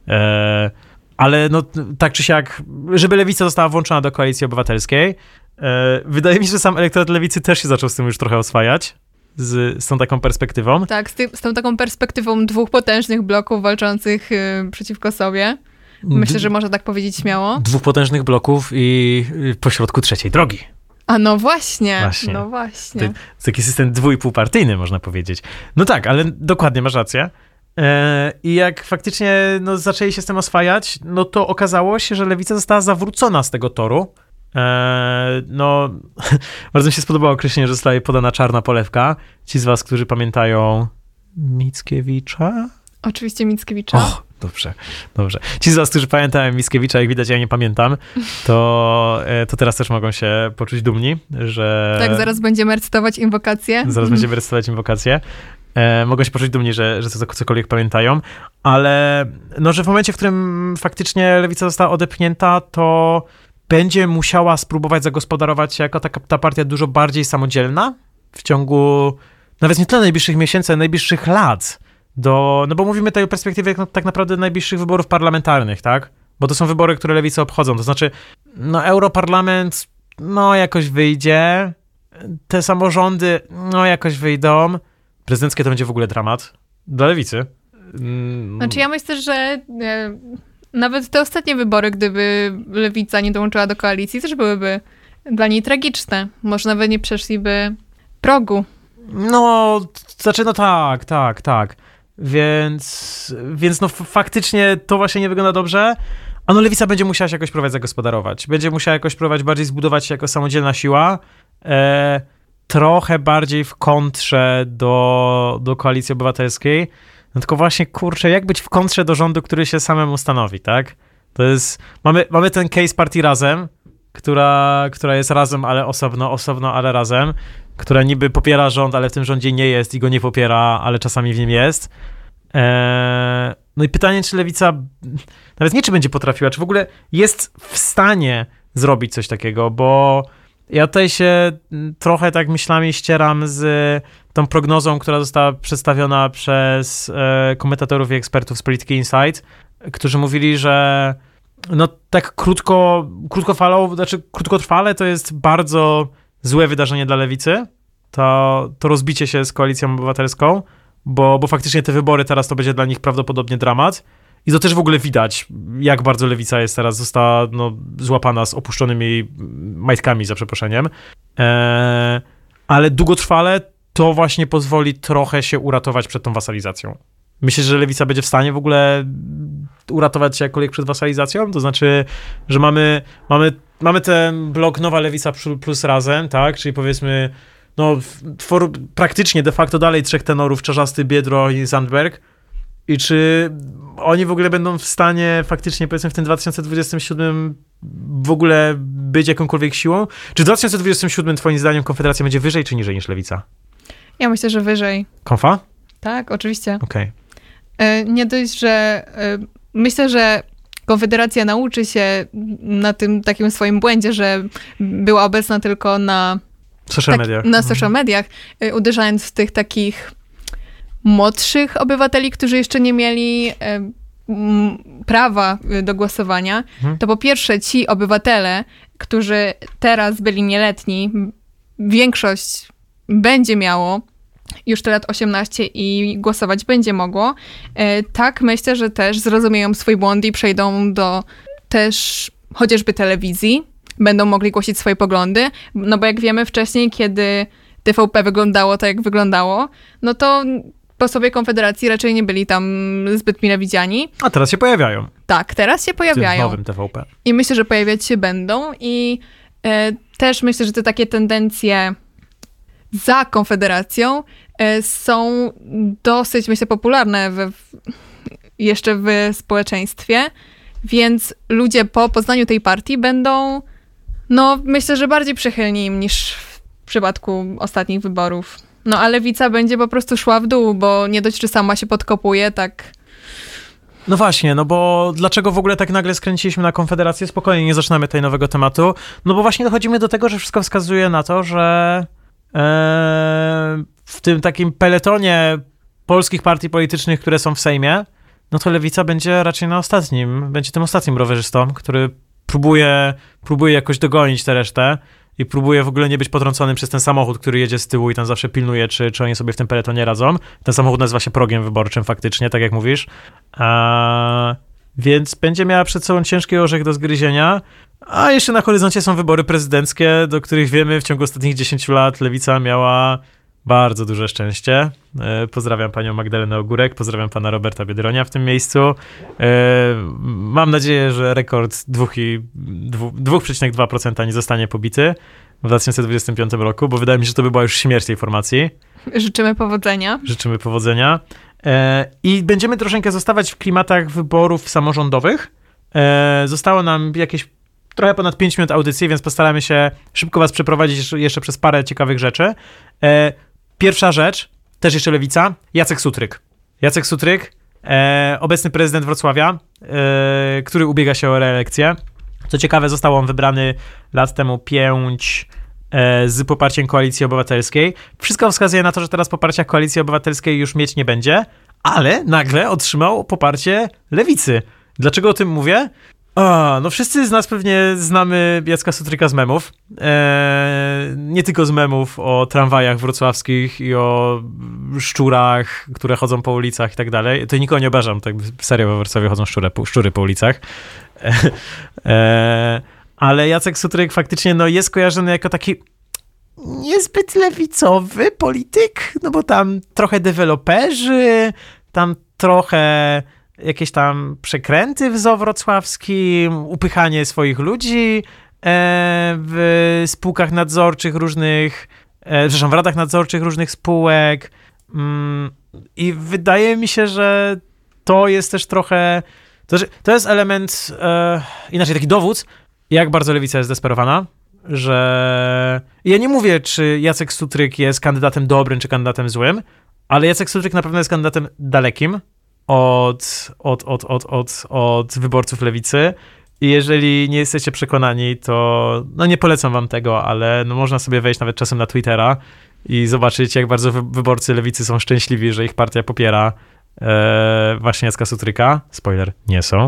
Ale no tak czy siak, żeby Lewica została włączona do Koalicji Obywatelskiej. Wydaje mi się, że sam elektorat Lewicy też się zaczął z tym już trochę oswajać. Z tą taką perspektywą. Tak, z tą taką perspektywą dwóch potężnych bloków walczących przeciwko sobie. Myślę, że można tak powiedzieć śmiało. Dwóch potężnych bloków i pośrodku trzeciej drogi. A no właśnie. No właśnie. To jest taki system dwójpółpartyjny, można powiedzieć. No tak, ale dokładnie, masz rację. I jak faktycznie zaczęli się z tym oswajać, no to okazało się, że Lewica została zawrócona z tego toru. Bardzo mi się spodobało określenie, że została podana czarna polewka. Ci z was, którzy pamiętają Mickiewicza? Oczywiście Mickiewicza. Dobrze. Ci z was, którzy pamiętają Mickiewicza, jak widać ja nie pamiętam, to teraz też mogą się poczuć dumni, że... Tak, zaraz będziemy recytować inwokację. Mogą się poczuć dumni, że cokolwiek pamiętają, ale że w momencie, w którym faktycznie Lewica została odepchnięta, to będzie musiała spróbować zagospodarować się jako ta partia dużo bardziej samodzielna w ciągu nawet nie tyle najbliższych miesięcy, ale najbliższych lat. Bo mówimy tutaj o perspektywie tak naprawdę najbliższych wyborów parlamentarnych, tak? Bo to są wybory, które Lewicy obchodzą. To znaczy, Europarlament, jakoś wyjdzie, te samorządy, jakoś wyjdą. Prezydenckie to będzie w ogóle dramat dla Lewicy. Znaczy ja myślę, że nawet te ostatnie wybory, gdyby Lewica nie dołączyła do koalicji, też byłyby dla niej tragiczne. Może nawet nie przeszliby progu. Tak. Więc faktycznie to właśnie nie wygląda dobrze. A Lewica będzie musiała się jakoś próbować zagospodarować. Będzie musiała jakoś próbować bardziej zbudować się jako samodzielna siła. Trochę bardziej w kontrze do Koalicji Obywatelskiej. No tylko właśnie, jak być w kontrze do rządu, który się samemu stanowi, tak? To jest... Mamy ten case partii Razem, która jest razem, ale osobno, ale razem, która niby popiera rząd, ale w tym rządzie nie jest i go nie popiera, ale czasami w nim jest. No i pytanie, czy Lewica, nawet nie czy będzie potrafiła, czy w ogóle jest w stanie zrobić coś takiego, bo ja tutaj się trochę tak myślami ścieram z tą prognozą, która została przedstawiona przez komentatorów i ekspertów z Polityki Insight, którzy mówili, że tak krótkotrwale to jest bardzo złe wydarzenie dla Lewicy, to rozbicie się z Koalicją Obywatelską, bo faktycznie te wybory teraz to będzie dla nich prawdopodobnie dramat. I to też w ogóle widać, jak bardzo Lewica jest teraz, została złapana z opuszczonymi majtkami, za przeproszeniem. Ale długotrwale to właśnie pozwoli trochę się uratować przed tą wasalizacją. Myślisz, że Lewica będzie w stanie w ogóle uratować się jakkolwiek przed wasalizacją? To znaczy, że mamy ten blok Nowa Lewica plus Razem, tak? Czyli powiedzmy, praktycznie de facto dalej trzech tenorów, Czarzasty, Biedro i Zandberg. I czy oni w ogóle będą w stanie faktycznie, powiedzmy, w tym 2027 w ogóle być jakąkolwiek siłą? Czy w 2027 twoim zdaniem Konfederacja będzie wyżej czy niżej niż Lewica? Ja myślę, że wyżej. Konfa? Tak, oczywiście. Okej. Nie dość, że myślę, że Konfederacja nauczy się na tym takim swoim błędzie, że była obecna tylko na social mediach, uderzając w tych takich młodszych obywateli, którzy jeszcze nie mieli prawa do głosowania, to po pierwsze ci obywatele, którzy teraz byli nieletni, większość będzie miało już te lat 18 i głosować będzie mogło. Tak, myślę, że też zrozumieją swój błąd i przejdą do też chociażby telewizji, będą mogli głosić swoje poglądy, no bo jak wiemy wcześniej, kiedy TVP wyglądało tak, jak wyglądało, no to posłowie Konfederacji raczej nie byli tam zbyt mile widziani. A teraz się pojawiają. Tak, teraz się pojawiają. W nowym TVP. I myślę, że pojawiać się będą i też myślę, że te takie tendencje za Konfederacją są dosyć, myślę, popularne jeszcze w społeczeństwie, więc ludzie po poznaniu tej partii będą, no myślę, że bardziej przychylni im niż w przypadku ostatnich wyborów. No a lewica będzie po prostu szła w dół, bo nie dość, że sama się podkopuje, tak... No właśnie, no bo dlaczego w ogóle tak nagle skręciliśmy na Konfederację? Spokojnie, nie zaczynamy tutaj nowego tematu. No bo właśnie dochodzimy do tego, że wszystko wskazuje na to, że w tym takim peletonie polskich partii politycznych, które są w Sejmie, no to lewica będzie raczej będzie tym ostatnim rowerzystą, który próbuje jakoś dogonić tę resztę i próbuje w ogóle nie być potrąconym przez ten samochód, który jedzie z tyłu i tam zawsze pilnuje, czy oni sobie w tym peletonie radzą. Ten samochód nazywa się progiem wyborczym faktycznie, tak jak mówisz. Więc będzie miała przed sobą ciężki orzech do zgryzienia, a jeszcze na horyzoncie są wybory prezydenckie, do których wiemy, w ciągu ostatnich 10 lat lewica miała bardzo duże szczęście. Pozdrawiam panią Magdalenę Ogórek, pozdrawiam pana Roberta Biedronia w tym miejscu. Mam nadzieję, że rekord 2,2% nie zostanie pobity w 2025 roku, bo wydaje mi się, że to by była już śmierć tej formacji. Życzymy powodzenia. Życzymy powodzenia. I będziemy troszeczkę zostawać w klimatach wyborów samorządowych. Zostało nam jakieś trochę ponad 5 minut audycji, więc postaramy się szybko was przeprowadzić jeszcze przez parę ciekawych rzeczy. Pierwsza rzecz, też jeszcze lewica, Jacek Sutryk. Jacek Sutryk, obecny prezydent Wrocławia, który ubiega się o reelekcję. Co ciekawe, został on wybrany lat temu 5 z poparciem Koalicji Obywatelskiej. Wszystko wskazuje na to, że teraz poparcia Koalicji Obywatelskiej już mieć nie będzie, ale nagle otrzymał poparcie lewicy. Dlaczego o tym mówię? No wszyscy z nas pewnie znamy Jacka Sutryka z memów. Nie tylko z memów o tramwajach wrocławskich i o szczurach, które chodzą po ulicach i tak dalej. To nikogo nie obrażam, tak serio we Wrocławiu chodzą szczury po ulicach. Ale Jacek Sutryk faktycznie jest kojarzony jako taki niezbyt lewicowy polityk, no bo tam trochę deweloperzy, tam trochę jakieś tam przekręty w zoo wrocławskim, upychanie swoich ludzi w spółkach nadzorczych różnych, w radach nadzorczych różnych spółek. I wydaje mi się, że to jest też trochę, to jest element, inaczej taki dowód, jak bardzo lewica jest zdesperowana, że ja nie mówię, czy Jacek Sutryk jest kandydatem dobrym, czy kandydatem złym, ale Jacek Sutryk na pewno jest kandydatem dalekim od wyborców lewicy. I jeżeli nie jesteście przekonani, to nie polecam wam tego, ale można sobie wejść nawet czasem na Twittera i zobaczyć, jak bardzo wyborcy lewicy są szczęśliwi, że ich partia popiera właśnie Jacka Sutryka. Spoiler, nie są.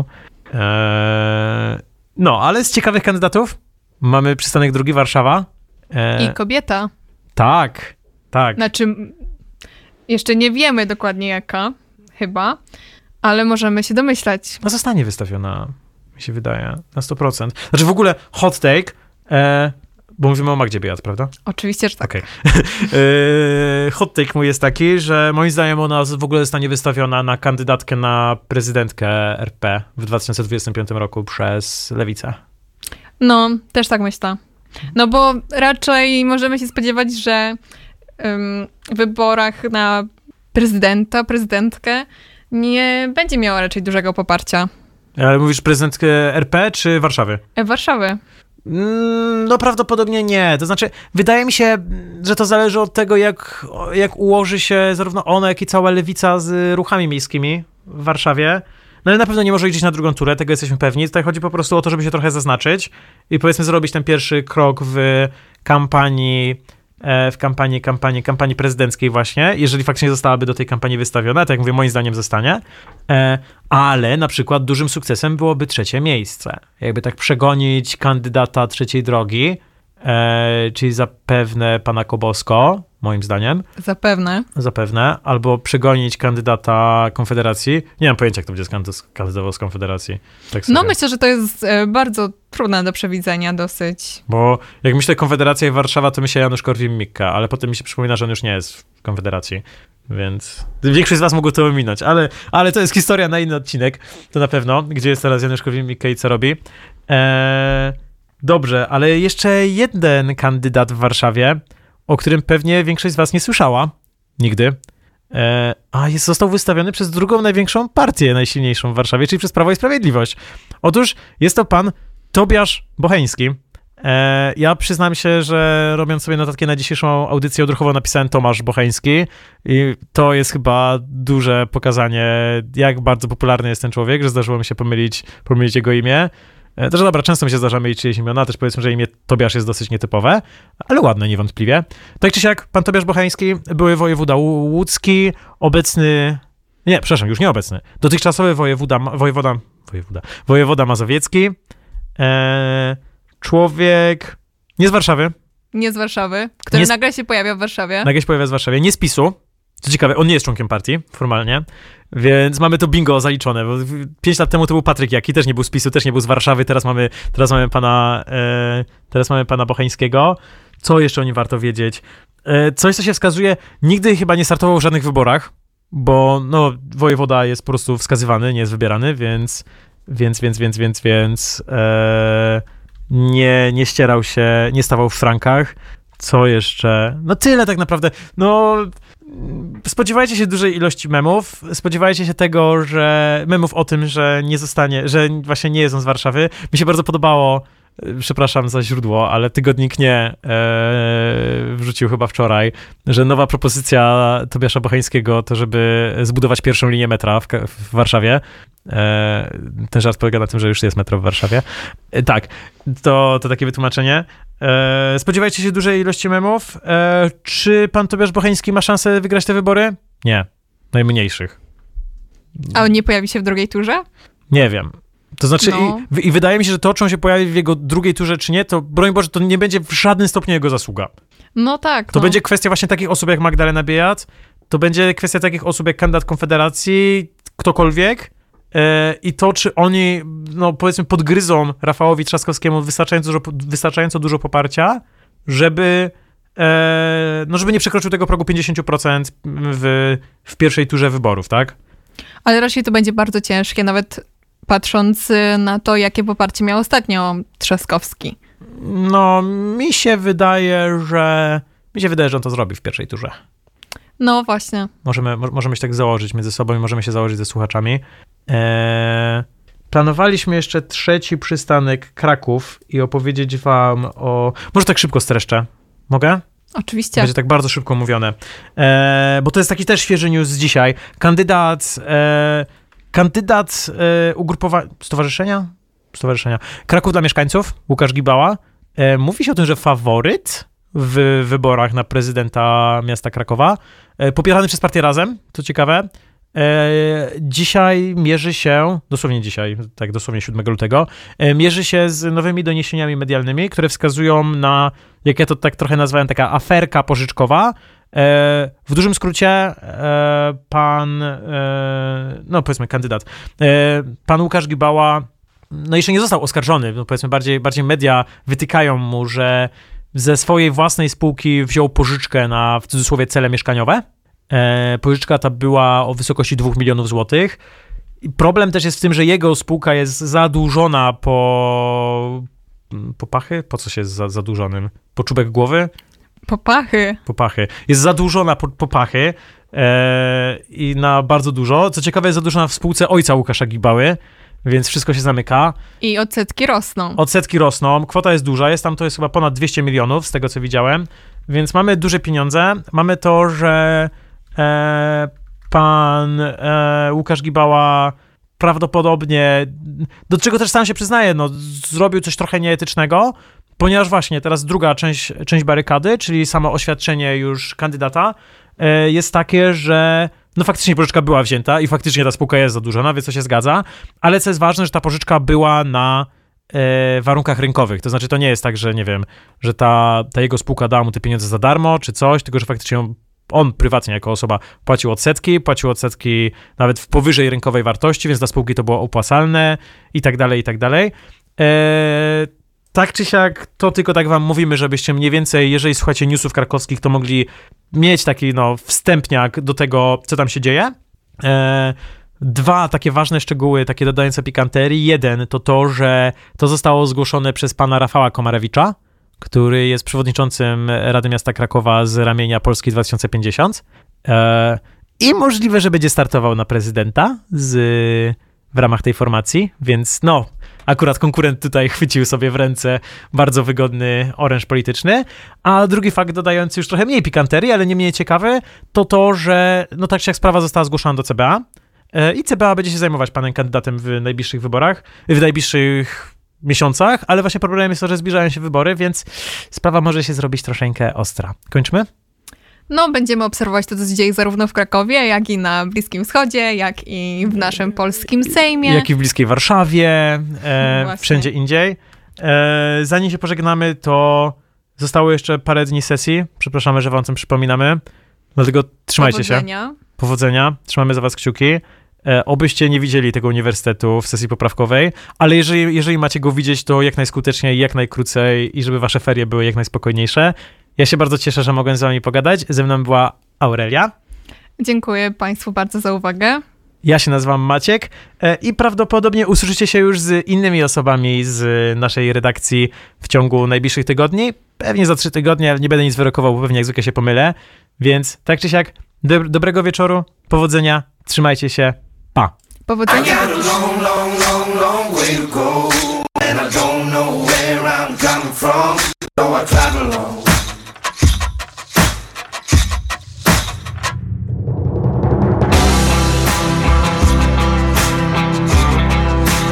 Ale z ciekawych kandydatów mamy przystanek drugi Warszawa. I kobieta. Tak. Znaczy, jeszcze nie wiemy dokładnie jaka, chyba, ale możemy się domyślać. Zostanie wystawiona, mi się wydaje, na 100%. Znaczy w ogóle hot take, bo mówimy o Magdzie Biejat, prawda? Oczywiście, że tak. Okay. Hot take mój jest taki, że moim zdaniem ona w ogóle zostanie wystawiona na kandydatkę na prezydentkę RP w 2025 roku przez Lewicę. Też tak myślę. Bo raczej możemy się spodziewać, że w wyborach na prezydentkę nie będzie miała raczej dużego poparcia. Ale mówisz prezydentkę RP czy Warszawy? Warszawy. Prawdopodobnie nie. To znaczy, wydaje mi się, że to zależy od tego, jak ułoży się zarówno ona, jak i cała lewica z ruchami miejskimi w Warszawie. No ale na pewno nie może liczyć na drugą turę, tego jesteśmy pewni. Tutaj chodzi po prostu o to, żeby się trochę zaznaczyć i powiedzmy zrobić ten pierwszy krok w kampanii prezydenckiej właśnie, jeżeli faktycznie zostałaby do tej kampanii wystawiona, tak jak mówię, moim zdaniem zostanie, ale na przykład dużym sukcesem byłoby 3. miejsce. Jakby tak przegonić kandydata trzeciej drogi, czyli zapewne pana Kobosko, moim zdaniem. Zapewne. Albo przegonić kandydata Konfederacji. Nie mam pojęcia, kto będzie kandydował z Konfederacji. Tak no myślę, że to jest bardzo trudne do przewidzenia dosyć. Bo jak myślę Konfederacja i Warszawa, to myślę Janusz Korwin-Mikke, ale potem mi się przypomina, że on już nie jest w Konfederacji. Więc większość z was mogło to ominąć, ale to jest historia na inny odcinek, to na pewno, gdzie jest teraz Janusz Korwin-Mikke i co robi. Dobrze, ale jeszcze jeden kandydat w Warszawie, o którym pewnie większość z was nie słyszała nigdy, został wystawiony przez drugą największą partię, najsilniejszą w Warszawie, czyli przez Prawo i Sprawiedliwość. Otóż jest to pan Tobiasz Bocheński. Ja przyznam się, że robiąc sobie notatkę na dzisiejszą audycję odruchowo napisałem Tomasz Bocheński i to jest chyba duże pokazanie, jak bardzo popularny jest ten człowiek, że zdarzyło mi się pomylić jego imię. Też dobra, często mi się zdarza mylić czyjeś imiona, też powiedzmy, że imię Tobiasz jest dosyć nietypowe, ale ładne niewątpliwie. Tak czy siak, pan Tobiasz Bocheński, były wojewoda łódzki, już nieobecny, dotychczasowy wojewoda mazowiecki, człowiek nie z Warszawy. Nie z Warszawy, który nagle się pojawia w Warszawie. Nie z PiS-u. Co ciekawe, on nie jest członkiem partii, formalnie, więc mamy to bingo zaliczone, bo 5 lat temu to był Patryk Jaki, też nie był z PiS-u, też nie był z Warszawy, teraz mamy pana Bocheńskiego. Co jeszcze o nim warto wiedzieć? Coś, co się wskazuje, nigdy chyba nie startował w żadnych wyborach, bo wojewoda jest po prostu wskazywany, nie jest wybierany, więc nie ścierał się, nie stawał w frankach. Co jeszcze? Tyle tak naprawdę. Spodziewajcie się dużej ilości memów. Spodziewajcie się tego, że memów o tym, że nie zostanie, że właśnie nie jest on z Warszawy. Mi się bardzo podobało, przepraszam za źródło, ale Tygodnik Nie wrzucił chyba wczoraj, że nowa propozycja Tobiasza Bocheńskiego to, żeby zbudować pierwszą linię metra w Warszawie. Ten żart polega na tym, że już jest metro w Warszawie. Tak, to takie wytłumaczenie. Spodziewajcie się dużej ilości memów. Czy pan Tobiasz Bocheński ma szansę wygrać te wybory? Nie. Najmniejszych. A on nie pojawi się w drugiej turze? Nie wiem. To znaczy, i wydaje mi się, że to, czy on się pojawi w jego drugiej turze, czy nie, to broń Boże, to nie będzie w żadnym stopniu jego zasługa. No tak. To będzie kwestia właśnie takich osób jak Magdalena Biejat, to będzie kwestia takich osób jak kandydat Konfederacji, ktokolwiek, i to, czy oni, powiedzmy, podgryzą Rafałowi Trzaskowskiemu wystarczająco dużo poparcia, żeby nie przekroczył tego progu 50% w pierwszej turze wyborów, tak? Ale raczej to będzie bardzo ciężkie, nawet patrząc na to, jakie poparcie miał ostatnio Trzaskowski. Mi się wydaje, że on to zrobi w pierwszej turze. No właśnie. Możemy się tak założyć między sobą i możemy się założyć ze słuchaczami. Planowaliśmy jeszcze 3. przystanek Kraków i opowiedzieć wam o... Może tak szybko streszczę. Mogę? Oczywiście. Będzie tak bardzo szybko mówione. Bo to jest taki też świeży news z dzisiaj. Kandydat ugrupowania... Stowarzyszenia Kraków dla Mieszkańców, Łukasz Gibała. Mówi się o tym, że faworyt w wyborach na prezydenta miasta Krakowa, popierany przez partię Razem, co ciekawe, dzisiaj mierzy się, dosłownie 7 lutego, mierzy się z nowymi doniesieniami medialnymi, które wskazują na, jak ja to tak trochę nazwałem, taka aferka pożyczkowa. W dużym skrócie kandydat, pan Łukasz Gibała, jeszcze nie został oskarżony, powiedzmy bardziej media wytykają mu, że ze swojej własnej spółki wziął pożyczkę na, w cudzysłowie, cele mieszkaniowe. Pożyczka ta była o wysokości 2 milionów złotych. Problem też jest w tym, że jego spółka jest zadłużona po pachy? Po co się jest zadłużonym? Po czubek głowy? Po pachy. Jest zadłużona po pachy i na bardzo dużo. Co ciekawe, jest zadłużona w spółce ojca Łukasza Gibały, więc wszystko się zamyka. I odsetki rosną. Kwota jest duża. To jest chyba ponad 200 milionów, z tego co widziałem. Więc mamy duże pieniądze. Mamy to, że pan Łukasz Gibała prawdopodobnie, do czego też sam się przyznaje, no, zrobił coś trochę nieetycznego, ponieważ właśnie teraz druga część barykady, czyli samo oświadczenie już kandydata, jest takie, że no faktycznie pożyczka była wzięta i faktycznie ta spółka jest zadłużona, więc to się zgadza, ale co jest ważne, że ta pożyczka była na warunkach rynkowych. To znaczy, to nie jest tak, że nie wiem, że ta jego spółka dała mu te pieniądze za darmo, czy coś, tylko że faktycznie on prywatnie jako osoba płacił odsetki nawet w powyżej rynkowej wartości, więc dla spółki to było opłacalne i tak dalej, i tak dalej. Tak czy siak, to tylko tak wam mówimy, żebyście mniej więcej, jeżeli słuchacie newsów krakowskich, to mogli mieć taki wstępniak do tego, co tam się dzieje. Dwa takie ważne szczegóły, takie dodające pikanterii. Jeden to to, że to zostało zgłoszone przez pana Rafała Komarewicza, który jest przewodniczącym Rady Miasta Krakowa z ramienia Polski 2050. I możliwe, że będzie startował na prezydenta w ramach tej formacji, więc akurat konkurent tutaj chwycił sobie w ręce bardzo wygodny oręż polityczny. A drugi fakt dodający już trochę mniej pikanterii, ale nie mniej ciekawy, to, że tak czy jak sprawa została zgłoszona do CBA i CBA będzie się zajmować panem kandydatem w najbliższych wyborach, w najbliższych miesiącach, ale właśnie problemem jest to, że zbliżają się wybory, więc sprawa może się zrobić troszeczkę ostra. Kończmy? Będziemy obserwować to, co się dzieje zarówno w Krakowie, jak i na Bliskim Wschodzie, jak i w naszym polskim Sejmie. Jak i w bliskiej Warszawie, wszędzie indziej. Zanim się pożegnamy, to zostało jeszcze parę dni sesji. Przepraszamy, że wam o tym przypominamy. Dlatego trzymajcie się. Powodzenia. Trzymamy za was kciuki. Obyście nie widzieli tego uniwersytetu w sesji poprawkowej, ale jeżeli macie go widzieć, to jak najskuteczniej, jak najkrócej i żeby wasze ferie były jak najspokojniejsze. Ja się bardzo cieszę, że mogłem z wami pogadać. Ze mną była Aurelia. Dziękuję państwu bardzo za uwagę. Ja się nazywam Maciek i prawdopodobnie usłyszycie się już z innymi osobami z naszej redakcji w ciągu najbliższych tygodni. Pewnie za 3 tygodnie, ale nie będę nic wyrokował, bo pewnie jak zwykle się pomylę. Więc tak czy siak, dobrego wieczoru, powodzenia, trzymajcie się, pa! Powodzenia! And I don't know where I'm coming from, so I travel on.